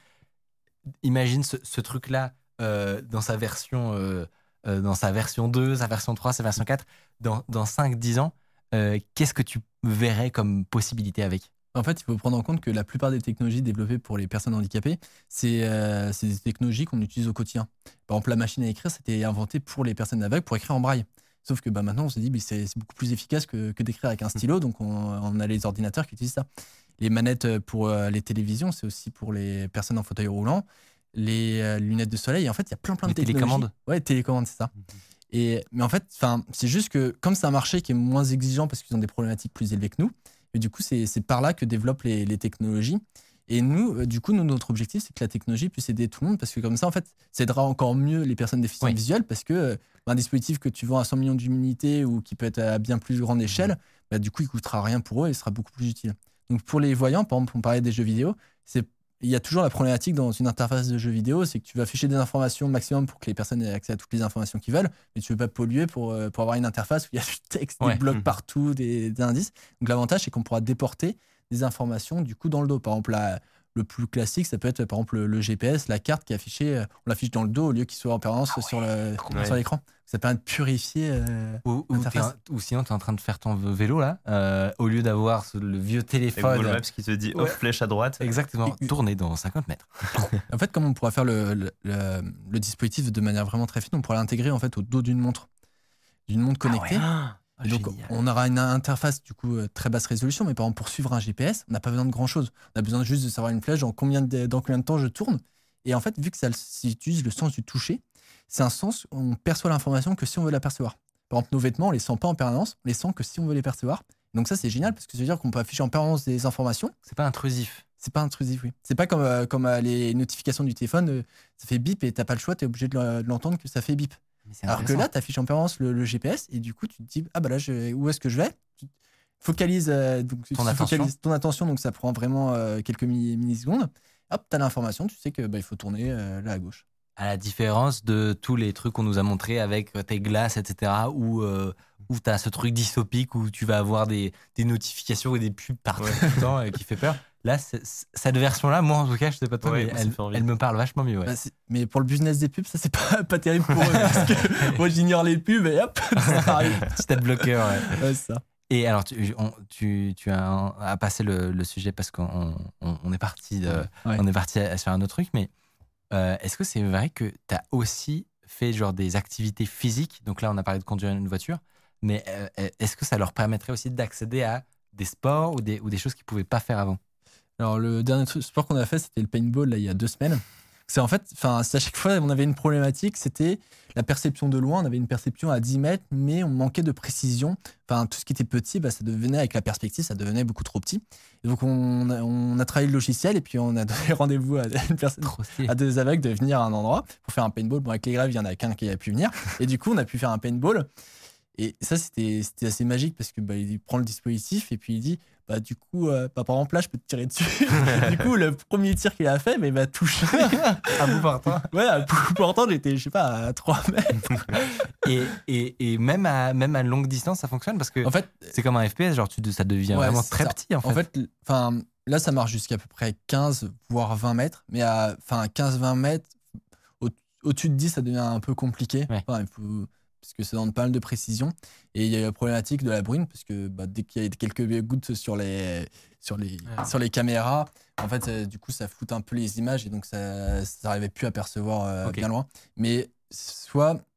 Imagine ce, ce truc-là euh, dans sa version euh, euh, dans sa version deux, sa version trois, sa version quatre. Dans, dans cinq dix ans, euh, qu'est-ce que tu verrais comme possibilité avec? En fait, il faut prendre en compte que la plupart des technologies développées pour les personnes handicapées, c'est euh, c'est des technologies qu'on utilise au quotidien. Par exemple, la machine à écrire, c'était inventé pour les personnes aveugles pour écrire en braille. Sauf que bah, maintenant, on s'est dit, mais c'est c'est beaucoup plus efficace que, que d'écrire avec un stylo, donc on, on a les ordinateurs qui utilisent ça. Les manettes pour euh, les télévisions, c'est aussi pour les personnes en fauteuil roulant. Les euh, lunettes de soleil, en fait, il y a plein plein de Les technologies. télécommandes. Ouais, télécommandes, c'est ça. Et, mais en fait, 'fin, c'est juste que comme c'est un marché qui est moins exigeant parce qu'ils ont des problématiques plus élevées que nous, et du coup, c'est c'est par là que développent les, les technologies. Et nous, euh, du coup, nous, notre objectif, c'est que la technologie puisse aider tout le monde parce que comme ça, en fait, ça aidera encore mieux les personnes déficientes Oui. visuelles parce que euh, un dispositif que tu vends à cent millions d'unités ou qui peut être à bien plus grande échelle, bah, du coup, il coûtera rien pour eux et il sera beaucoup plus utile. Donc, pour les voyants, par exemple, on parlait des jeux vidéo, c'est il y a toujours la problématique dans une interface de jeu vidéo, c'est que tu vas afficher des informations maximum pour que les personnes aient accès à toutes les informations qu'ils veulent, mais tu ne veux pas polluer pour, euh, pour avoir une interface où il y a du texte, Ouais. des blocs Mhm. partout, des, des indices. Donc l'avantage, c'est qu'on pourra déporter des informations du coup dans le dos. Par exemple, la- le plus classique, ça peut être par exemple le, le G P S, la carte qui est affichée, euh, on l'affiche dans le dos au lieu qu'il soit en permanence Ah ouais, sur le- Ouais. sur l'écran. Ça permet de purifier. euh, Ou, ou, Interface. t'es en- ou sinon, tu es en train de faire ton vélo, là, euh, au lieu d'avoir ce- le vieux Et téléphone. Google Maps qui te dit hop, Ouais. flèche à droite. Exactement, Et- tourner dans cinquante mètres. En fait, comme on pourra faire le, le, le- le dispositif de manière vraiment très fine, on pourra l'intégrer en fait au dos d'une montre, d'une montre connectée. Ah, Et donc, Génial. on aura une interface du coup euh, très basse résolution, mais par exemple, pour suivre un G P S, on n'a pas besoin de grand chose. On a besoin juste de savoir une flèche dans combien de, dans combien de temps je tourne. Et en fait, vu que ça utilise le sens du toucher, c'est un sens où on perçoit l'information que si on veut l'apercevoir. Par exemple, nos vêtements, on les sent pas en permanence, on les sent que si on veut les percevoir. Donc ça, c'est génial parce que ça veut dire qu'on peut afficher en permanence des informations. C'est pas intrusif. C'est pas intrusif, oui. C'est pas comme, euh, comme euh, les notifications du téléphone, euh, ça fait bip et t'as pas le choix, t'es obligé de le- de l'entendre que ça fait bip. Mais c'est Alors que intéressant. là, tu affiches en permanence le, le G P S et du coup, tu te dis, ah bah là, je- où est-ce que je vais? Tu focalises euh, donc, tu Ton attention. focalises ton attention, donc ça prend vraiment euh, quelques milli- millisecondes. Hop, tu as l'information, tu sais que bah, il faut tourner euh, là à gauche. À la différence de tous les trucs qu'on nous a montrés avec tes glaces, et cetera, où, euh, où tu as ce truc dystopique où tu vas avoir des, des notifications et des pubs partout Ouais. tout le temps euh, qui fait peur. Là, c'est- c'est- cette version-là, moi en tout cas, je sais pas toi, Ouais, mais moi, ça elle, fait envie. elle me parle vachement mieux. Ouais. Bah, c'est- mais pour le business des pubs, ça, c'est pas, pas terrible pour eux. Parce que moi, j'ignore les pubs et hop, ça arrive. Petit adblocker. Ouais. Ouais, c'est ça. Et alors, tu, on- tu, tu as, as passé le, le sujet parce qu'on on, on est parti de, Ouais. on est parti à- sur un autre truc, mais euh, est-ce que c'est vrai que tu as aussi fait genre des activités physiques? Donc là, on a parlé de conduire une voiture, mais euh, est-ce que ça leur permettrait aussi d'accéder à des sports ou des, ou des choses qu'ils ne pouvaient pas faire avant? Alors, le dernier truc- sport qu'on a fait, c'était le paintball, là, il y a deux semaines. C'est en fait, enfin, c'est à chaque fois, on avait une problématique, c'était la perception de loin. On avait une perception à dix mètres, mais on manquait de précision. Enfin, tout ce qui était petit, bah, ça devenait, avec la perspective, ça devenait beaucoup trop petit. Et donc, on a, on a travaillé le logiciel et puis on a donné rendez-vous à une personne, Trop stylé. à deux aveugles de venir à un endroit pour faire un paintball. Bon, avec les grèves, il y en a qu'un qui a pu venir. Et du coup, on a pu faire un paintball. Et ça, c'était c'était assez magique parce que bah, il prend le dispositif et puis il dit bah, du coup, euh, bah, par exemple, là, je peux te tirer dessus. Du coup, le premier tir qu'il a fait, mais il m'a touché. À bout portant. Ouais, à bout portant, j'étais, je sais pas, à trois mètres. Et, et, et même, à, même à longue distance, ça fonctionne parce que En fait, c'est comme un F P S, genre tu, ça devient Ouais, vraiment c'est très ça. petit en fait. en fait, l- enfin, là, ça marche jusqu'à peu près quinze, voire vingt mètres. Mais à enfin, quinze vingt mètres, au- au-dessus de dix, ça devient un peu compliqué. Ouais. Enfin, il faut, parce que ça demande pas mal de précision. Et il y a la problématique de la bruine, parce que bah, dès qu'il y a quelques gouttes sur les, sur les, Ouais. sur les caméras, en fait, euh, du coup, ça floute un peu les images et donc ça n'arrivait plus à percevoir euh, Ok. bien loin. Mais soit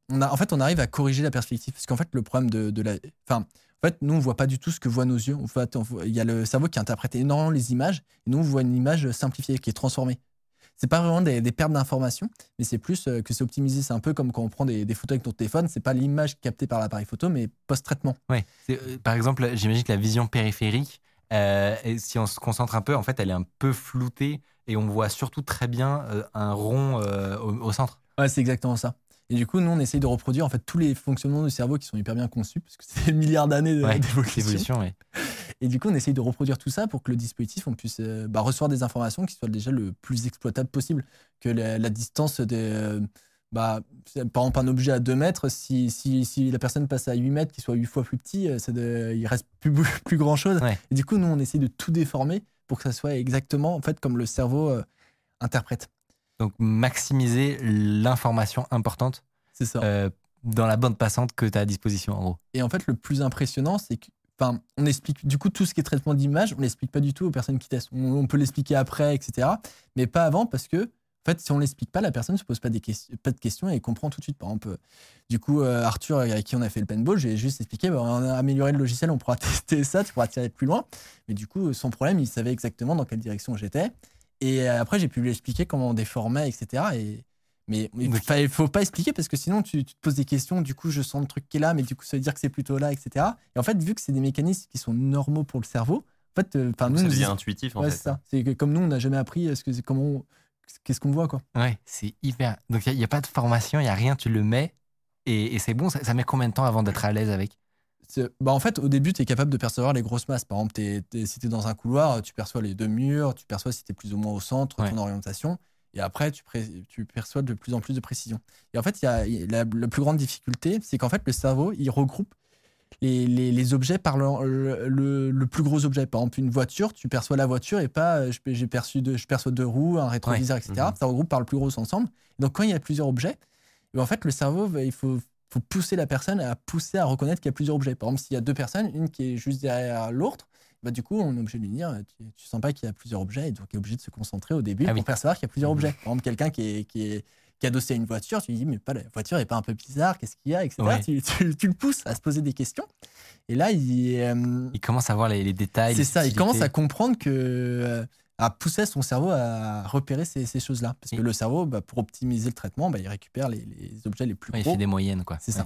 on a, en fait, on arrive à corriger la perspective. Parce qu'en fait, le problème de, de la. Enfin, en fait, nous, on voit pas du tout ce que voient nos yeux. En fait, on voit- il y a le cerveau qui interprète énormément les images. Et nous, on voit une image simplifiée, qui est transformée. C'est pas vraiment des, des pertes d'informations, mais c'est plus euh, que c'est optimisé. C'est un peu comme quand on prend des, des photos avec notre téléphone. C'est pas l'image captée par l'appareil photo, mais post-traitement. Ouais. C'est, euh, par exemple, j'imagine que la vision périphérique, euh, et si on se concentre un peu, en fait, elle est un peu floutée et on voit surtout très bien euh, un rond euh, au, au centre. Ouais, c'est exactement ça. Et du coup, nous, on essaye de reproduire en fait tous les fonctionnements du cerveau qui sont hyper bien conçus, parce que c'est des milliards d'années de- Ouais, d'évolution. l'évolution, ouais. Et du coup, on essaye de reproduire tout ça pour que le dispositif, on puisse euh, bah, recevoir des informations qui soient déjà le plus exploitables possible. Que la, la distance de. euh, bah, c'est- par exemple, un objet à deux mètres, si, si, si la personne passe à huit mètres, qu'il soit huit fois plus petit, euh, c'est de, il reste plus, bou- plus grand chose. Ouais. Et du coup, nous, on essaye de tout déformer pour que ça soit exactement en fait, comme le cerveau euh, interprète. Donc, maximiser l'information importante C'est ça. euh, dans la bande passante que tu as à disposition, en gros. Et en fait, le plus impressionnant, c'est que, enfin, on explique du coup tout ce qui est traitement d'image, on l'explique pas du tout aux personnes qui testent. On, on peut l'expliquer après, et cetera. Mais pas avant parce que, en fait, si on l'explique pas, la personne ne se pose pas, des questions, pas de questions et comprend tout de suite. Par exemple, du coup, euh, Arthur, avec qui on a fait le paintball, j'ai juste expliqué, bah, on a amélioré le logiciel, on pourra tester ça, tu pourras tirer plus loin. Mais du coup, sans problème, il savait exactement dans quelle direction j'étais. Et euh, après, j'ai pu lui expliquer comment on déformait, et cetera. Et mais il Oui. ne faut pas expliquer parce que sinon tu, tu te poses des questions, du coup je sens le truc qui est là, mais du coup ça veut dire que c'est plutôt là, et cetera. Et en fait, vu que c'est des mécanismes qui sont normaux pour le cerveau, en fait, euh, Donc, enfin nous, ça nous devient dis- intuitif, en ouais, fait. c'est ça. C'est que comme nous, on n'a jamais appris euh, ce que c'est, comment, on- qu'est-ce qu'on voit quoi. Ouais, c'est hyper. Donc, il n'y a, a pas de formation, il n'y a rien, tu le mets et, et c'est bon. Ça, ça met combien de temps avant d'être à l'aise avec? C'est- Bah en fait, au début, tu es capable de percevoir les grosses masses. Par exemple, t'es- t'es- si tu es dans un couloir, tu perçois les deux murs, tu perçois si tu es plus ou moins au centre, Ouais. ton orientation. Et après, tu, pré- tu perçois de plus en plus de précision. Et en fait, il y a, il y a la, la plus grande difficulté, c'est qu'en fait, le cerveau, il regroupe les, les, les objets par le, le, le- le plus gros objet. Par exemple, une voiture, tu perçois la voiture et pas euh, je, j'ai perçu deux, je perçois deux roues, un rétroviseur, et cetera. Mhm. Ça regroupe par le plus gros ensemble. Et donc, quand il y a plusieurs objets, et en fait, le cerveau, bah, il faut, faut pousser la personne à pousser à reconnaître qu'il y a plusieurs objets. Par exemple, s'il y a deux personnes, une qui est juste derrière l'autre, bah, du coup, on est obligé de lui dire tu, tu sens pas qu'il y a plusieurs objets, et donc il est obligé de se concentrer au début Ah pour oui. percevoir qu'il y a plusieurs Mhm. objets. Par exemple, quelqu'un qui est, qui est qui est adossé à une voiture, tu lui dis mais pas, la voiture est pas un peu bizarre, qu'est-ce qu'il y a, et cetera. Ouais. Tu, tu- tu le pousses à se poser des questions. Et là, il, euh, Il commence à voir les, les détails. c'est les ça, il subtilités. commence à comprendre que euh, à pousser son cerveau à repérer ces, ces choses-là. Parce que Et- le cerveau, bah, pour optimiser le traitement, bah, il récupère les, les objets les plus Ouais, il gros. fait des moyennes, quoi. C'est Ouais. ça.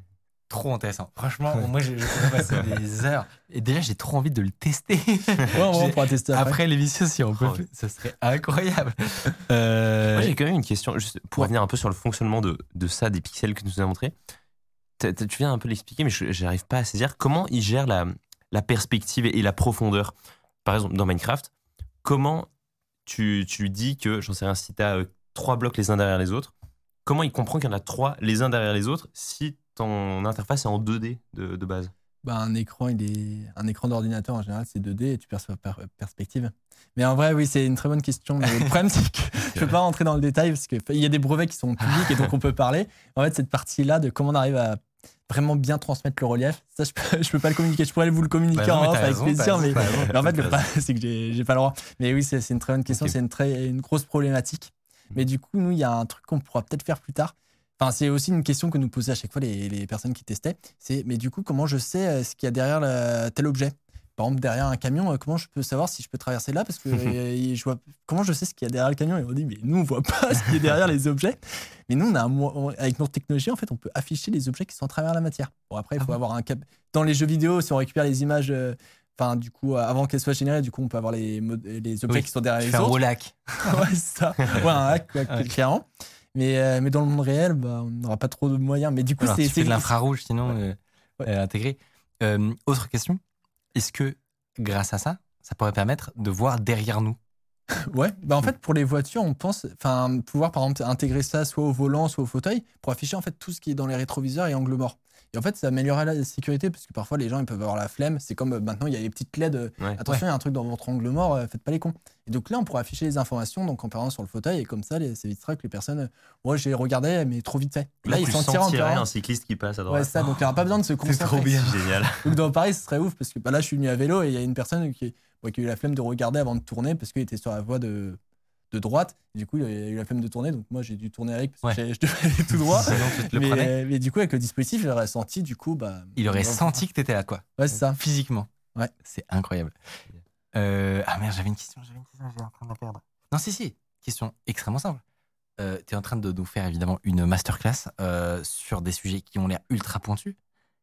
Trop intéressant. Franchement, moi, je, je pourrais passer des heures. Et déjà, j'ai trop envie de le tester. Ouais, on, J'ai- pourra tester après. Après l'émission, si on peut, Oh, ouais. ça serait incroyable. Euh, Moi, j'ai quand même une question, juste pour Ouais. revenir un peu sur le fonctionnement de, de ça, des pixels que tu nous as montré. T'as- t'as- Tu viens un peu l'expliquer, mais je n'arrive pas à saisir comment il gère la, la perspective et la profondeur. Par exemple, dans Minecraft, comment tu, tu dis que, j'en sais rien, si tu as trois blocs les uns derrière les autres, comment il comprend qu'il y en a trois les uns derrière les autres si ton interface est en deux D de, de base? Bah, un écran, il est un écran d'ordinateur en général, c'est deux D et tu perçois par perspective. Mais en vrai, oui, c'est une très bonne question. Mais le problème, c'est que je peux pas rentrer dans le détail parce qu'il y a des brevets qui sont publics et donc on peut parler. En fait, cette partie-là de comment on arrive à vraiment bien transmettre le relief, ça, je peux, je peux pas le communiquer. Je pourrais vous le communiquer Bah non, en mais off t'as avec raison, plaisir, t'as mais, raison, mais en fait, le T'as problème, c'est que j'ai j'ai pas le droit. Mais oui, c'est c'est une très bonne question. Ok. C'est une, très, une grosse problématique. Mais du coup, nous, il y a un truc qu'on pourra peut-être faire plus tard. Enfin, c'est aussi une question que nous posaient à chaque fois les, les personnes qui testaient. C'est, mais du coup, comment je sais euh, ce qu'il y a derrière le- tel objet? Par exemple, derrière un camion, euh, comment je peux savoir si je peux traverser là? Parce que euh, je vois, comment je sais ce qu'il y a derrière le camion? Et on dit, mais nous, on voit pas ce qui est derrière les objets. Mais nous, on a un mo- on- avec notre technologie, en fait, on peut afficher les objets qui sont à travers la matière. Bon, après, il Ah faut bon avoir un cap. Dans les jeux vidéo, si on récupère les images, euh, enfin, du coup, euh, avant qu'elles soient générées, du coup, on peut avoir les, mod- les objets Oui, qui sont derrière tu les fais un autres. Wolac. Ouais, c'est ça. Ouais, un hack, ouais, Ouais. clairement. Mais, euh, mais dans le monde réel, bah, on n'aura pas trop de moyens. Mais du coup, Alors, c'est tu fais c'est- de l'infrarouge, sinon, euh, Ouais. euh, intégré. Euh, autre question. Est-ce que, grâce à ça, ça pourrait permettre de voir derrière nous? Ouais, bah en fait pour les voitures, on pense enfin pouvoir par exemple intégrer ça soit au volant, soit au fauteuil pour afficher en fait tout ce qui est dans les rétroviseurs et angle mort. Et en fait, ça améliorerait la sécurité parce que parfois les gens ils peuvent avoir la flemme, c'est comme euh, maintenant il y a les petites L E D euh, Ouais. attention, il y a un truc dans votre angle mort, euh, faites pas les cons. Et donc là, on pourrait afficher les informations donc en parlant sur le fauteuil et comme ça les, ça évitera que les personnes euh, moi j'ai regardé mais trop vite fait. Et Là, là, ils tu s'en tirent en sentirais parlant. un cycliste qui passe à Ouais, droite. c'est ça, donc il n'y aura pas besoin de se concentrer. trop bien. C'est génial. Donc dans Paris, ce serait ouf parce que bah, là, je suis venu à vélo et il y a une personne qui, ouais, qui a eu la flemme de regarder avant de tourner parce qu'il était sur la voie de, de droite. Du coup, il a eu la flemme de tourner, donc moi j'ai dû tourner avec parce que Ouais. je devais aller tout droit. Sinon, tu te le mais, prenais. euh, mais du coup, avec le dispositif, il aurait senti, du coup, bah. Il aurait bah, senti que t'étais là, quoi. Ouais, c'est ça. Physiquement. Ouais. C'est incroyable. Euh, ah merde, j'avais une question, j'avais une question, j'étais en train de la perdre. Non, si, si. Question extrêmement simple. Euh, tu es en train de nous faire évidemment une masterclass euh, sur des sujets qui ont l'air ultra pointus.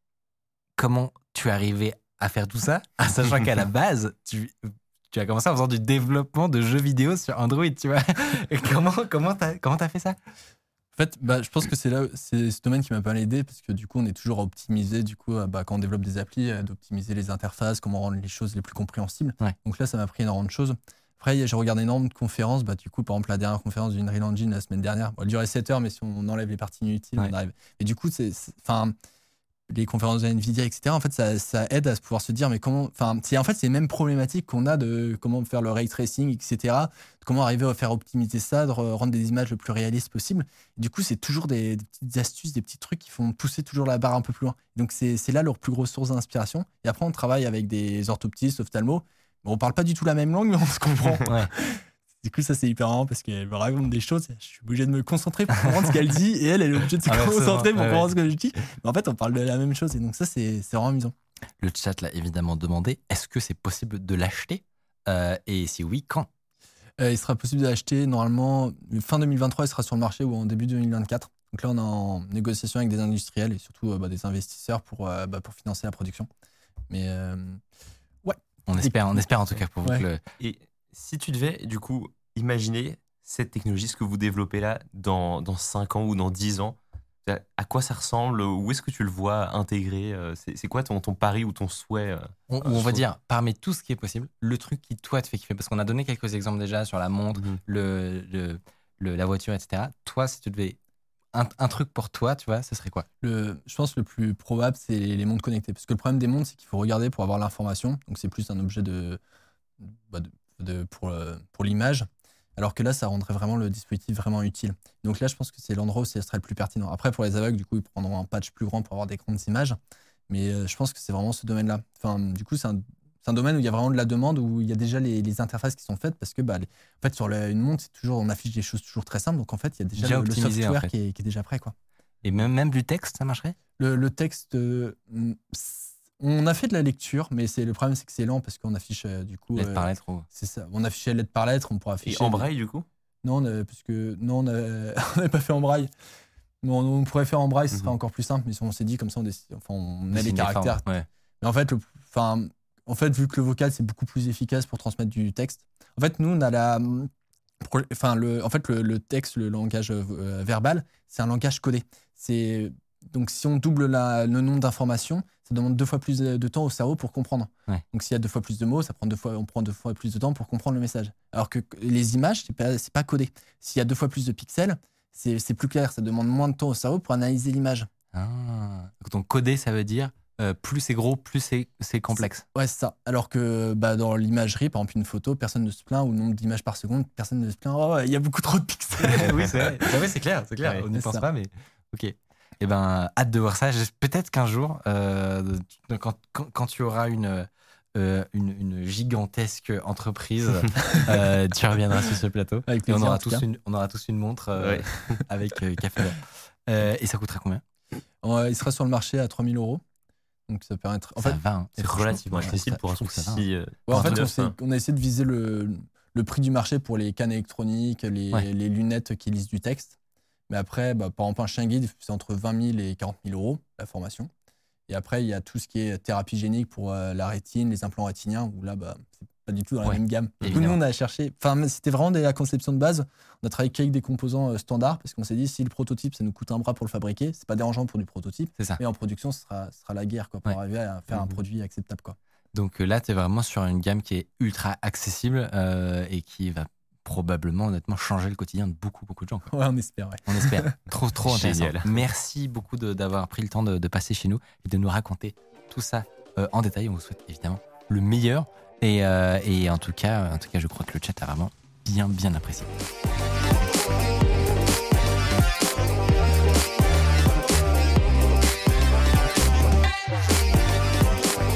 Comment tu es arrivé à faire tout ça, en sachant qu'à la base, tu, tu as commencé en faisant du développement de jeux vidéo sur Android, tu vois. Et comment comment t'as comment t'as fait ça? En fait, bah, je pense que c'est là, c'est ce domaine qui m'a pas mal aidé parce que du coup, on est toujours à optimiser. Du coup, bah, quand on développe des applis, euh, d'optimiser les interfaces, comment rendre les choses les plus compréhensibles. Ouais. Donc là, ça m'a pris énormément de choses. Après, j'ai regardé énormément de conférences. Bah, du coup, par exemple, la dernière conférence d'Unreal Engine la semaine dernière, bon, elle durait sept heures, mais si on enlève les parties inutiles, Ouais. on arrive. Et du coup, c'est, enfin, les conférences de Nvidia, et cetera. En fait, ça, ça aide à se pouvoir se dire, mais comment, enfin, c'est en fait c'est les mêmes problématiques qu'on a de comment faire le ray tracing, et cetera. De comment arriver à faire optimiser ça, de rendre des images le plus réalistes possible. Et du coup, c'est toujours des, des petites astuces, des petits trucs qui font pousser toujours la barre un peu plus loin. Donc c'est, c'est là leur plus grosse source d'inspiration. Et après, on travaille avec des orthoptistes, ophtalmos. Bon, on parle pas du tout la même langue, mais on se comprend. Ouais. Du coup, ça, c'est hyper marrant parce qu'elle me raconte des choses. Je suis obligé de me concentrer pour comprendre ce qu'elle dit et elle, elle est obligée de se Inversement, concentrer pour ouais, comprendre ouais. ce que je dis. Mais en fait, on parle de la même chose et donc ça, c'est, c'est vraiment amusant. Le chat l'a évidemment demandé. Est-ce que c'est possible de l'acheter? Euh, Et si oui, quand? Euh, il sera possible de l'acheter normalement fin deux mille vingt-trois, il sera sur le marché ou en début deux mille vingt-quatre. Donc là, on est en négociation avec des industriels et surtout euh, bah, des investisseurs pour, euh, bah, pour financer la production. Mais euh, On espère, on espère en tout cas pour vous Ouais. que le... Et si tu devais, du coup, imaginer cette technologie, ce que vous développez là, dans, dans cinq ans ou dans dix ans, à quoi ça ressemble? Où est-ce que tu le vois intégré? C'est, c'est quoi ton, ton pari ou ton souhait? On, Ah, on je va trouve- dire, parmi tout ce qui est possible, le truc qui, toi, te fait kiffer. Parce qu'on a donné quelques exemples déjà sur la montre, Mhm. le, le, le- la voiture, et cetera. Toi, si tu devais... Un, un truc pour toi, tu vois, ce serait quoi? le, je pense que le plus probable, c'est les, les montres connectées. Parce que le problème des montres, c'est qu'il faut regarder pour avoir l'information. Donc c'est plus un objet de, bah, de, de- pour, euh, pour l'image. Alors que là, ça rendrait vraiment le dispositif vraiment utile. Donc là, je pense que c'est l'endroit où ce serait le plus pertinent. Après, pour les aveugles, du coup, ils prendront un patch plus grand pour avoir des grandes images. Mais euh, je pense que c'est vraiment ce domaine-là. Enfin, du coup, c'est un, c'est un domaine où il y a vraiment de la demande, où il y a déjà les, les interfaces qui sont faites. Parce que, bah, les- en fait, sur la- une montre, c'est toujours, on affiche des choses toujours très simples. Donc en fait, il y a déjà, Déjà le, le optimisé, software en fait. qui, est, qui est déjà prêt, quoi. Et même, même du texte, ça marcherait? Le, le texte, euh, c'est- on a fait de la lecture, mais c'est le problème, c'est que c'est lent parce qu'on affiche euh, du coup. Lettre euh, par lettre ou... C'est ça. On affichait lettre par lettre, on pourrait Et afficher. en braille, du coup? Non, on a- parce que non, on n'avait pas fait en braille. Non, on pourrait faire en braille, ce serait Mhm. encore plus simple. Mais on s'est dit comme ça, on, décide, enfin, on met les Dessiner les caractères. formes, ouais. Mais en fait, le, enfin, en fait, vu que le vocal c'est beaucoup plus efficace pour transmettre du texte. En fait, nous, on a la, pour- enfin, le, en fait, le, le texte, le langage euh, verbal, c'est un langage codé. C'est donc si on double la, le nombre d'informations, ça demande deux fois plus de, de temps au cerveau pour comprendre. Ouais. Donc s'il y a deux fois plus de mots, ça prend deux fois, on prend deux fois plus de temps pour comprendre le message. Alors que les images, c'est pas, c'est pas codé. S'il y a deux fois plus de pixels, c'est, c'est plus clair. Ça demande moins de temps au cerveau pour analyser l'image. Ah. Donc coder, ça veut dire euh, plus c'est gros, plus c'est, c'est complexe. Ouais, c'est ça. Alors que bah, dans l'imagerie, par exemple, une photo, personne ne se plaint, ou le nombre d'images par seconde, personne ne se plaint. Oh, il y a beaucoup trop de pixels. Oui, c'est vrai. Ah ouais, c'est clair, c'est clair. Ouais, On n'y c'est pense ça. pas, mais ok. Eh ben, hâte de voir ça. J'es- Peut-être qu'un jour, euh, de- quand, quand, quand tu auras une, euh, une, une gigantesque entreprise, euh, tu reviendras sur ce plateau. Avec Et on plaisir, aura, en tout tous cas. une, on aura tous une montre euh, Ouais. avec euh, café. Euh, et ça coûtera combien? Ouais, il sera sur le marché à trois mille euros. Donc ça permettra. En Ça fait, va. Hein. C'est Franchement, relativement ouais, accessible ça- pour un je trouve truc que ça va, hein. si. euh, ouais, en fait, neuf, on, s'est- hein. on a essayé de viser le, le prix du marché pour les cannes électroniques, les, Ouais. les lunettes qui lisent du texte. Mais après, bah, par exemple, un chien guide, c'est entre vingt mille et quarante mille euros la formation. Et après, il y a tout ce qui est thérapie génique pour euh, la rétine, les implants rétiniens, où là, bah, c'est pas du tout dans la Ouais, même gamme. Du coup, évidemment. nous, on a cherché. Enfin, c'était vraiment des- la conception de base. On a travaillé qu'avec des composants euh, standards parce qu'on s'est dit, si le prototype, ça nous coûte un bras pour le fabriquer, c'est pas dérangeant pour du prototype. C'est ça. Mais en production, ce sera, ce sera la guerre quoi, pour Ouais. arriver à faire un Mhm. produit acceptable. Quoi. Donc euh, là, tu es vraiment sur une gamme qui est ultra accessible euh, et qui va probablement, honnêtement, changer le quotidien de beaucoup, beaucoup de gens. Quoi. Ouais, on espère. Ouais. On espère. trop, trop intéressant. Génial. Merci beaucoup de- d'avoir pris le temps de, de passer chez nous et de nous raconter tout ça euh, en détail. On vous souhaite évidemment le meilleur. Et, euh, et en, tout cas, en tout cas, je crois que le chat a vraiment bien, bien apprécié.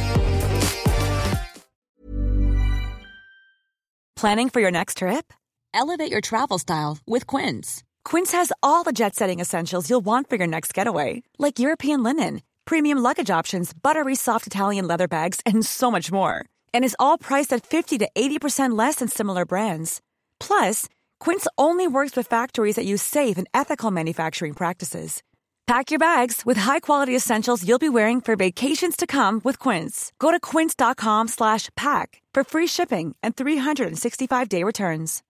Planning for your next trip? Elevate your travel style with Quince. Quince has all the jet-setting essentials you'll want for your next getaway, like European linen, premium luggage options, buttery soft Italian leather bags, and so much more. And is all priced at fifty to eighty percent less than similar brands. Plus, Quince only works with factories that use safe and ethical manufacturing practices. Pack your bags with high-quality essentials you'll be wearing for vacations to come with Quince. Go to quince.com slash pack for free shipping and three sixty-five day returns.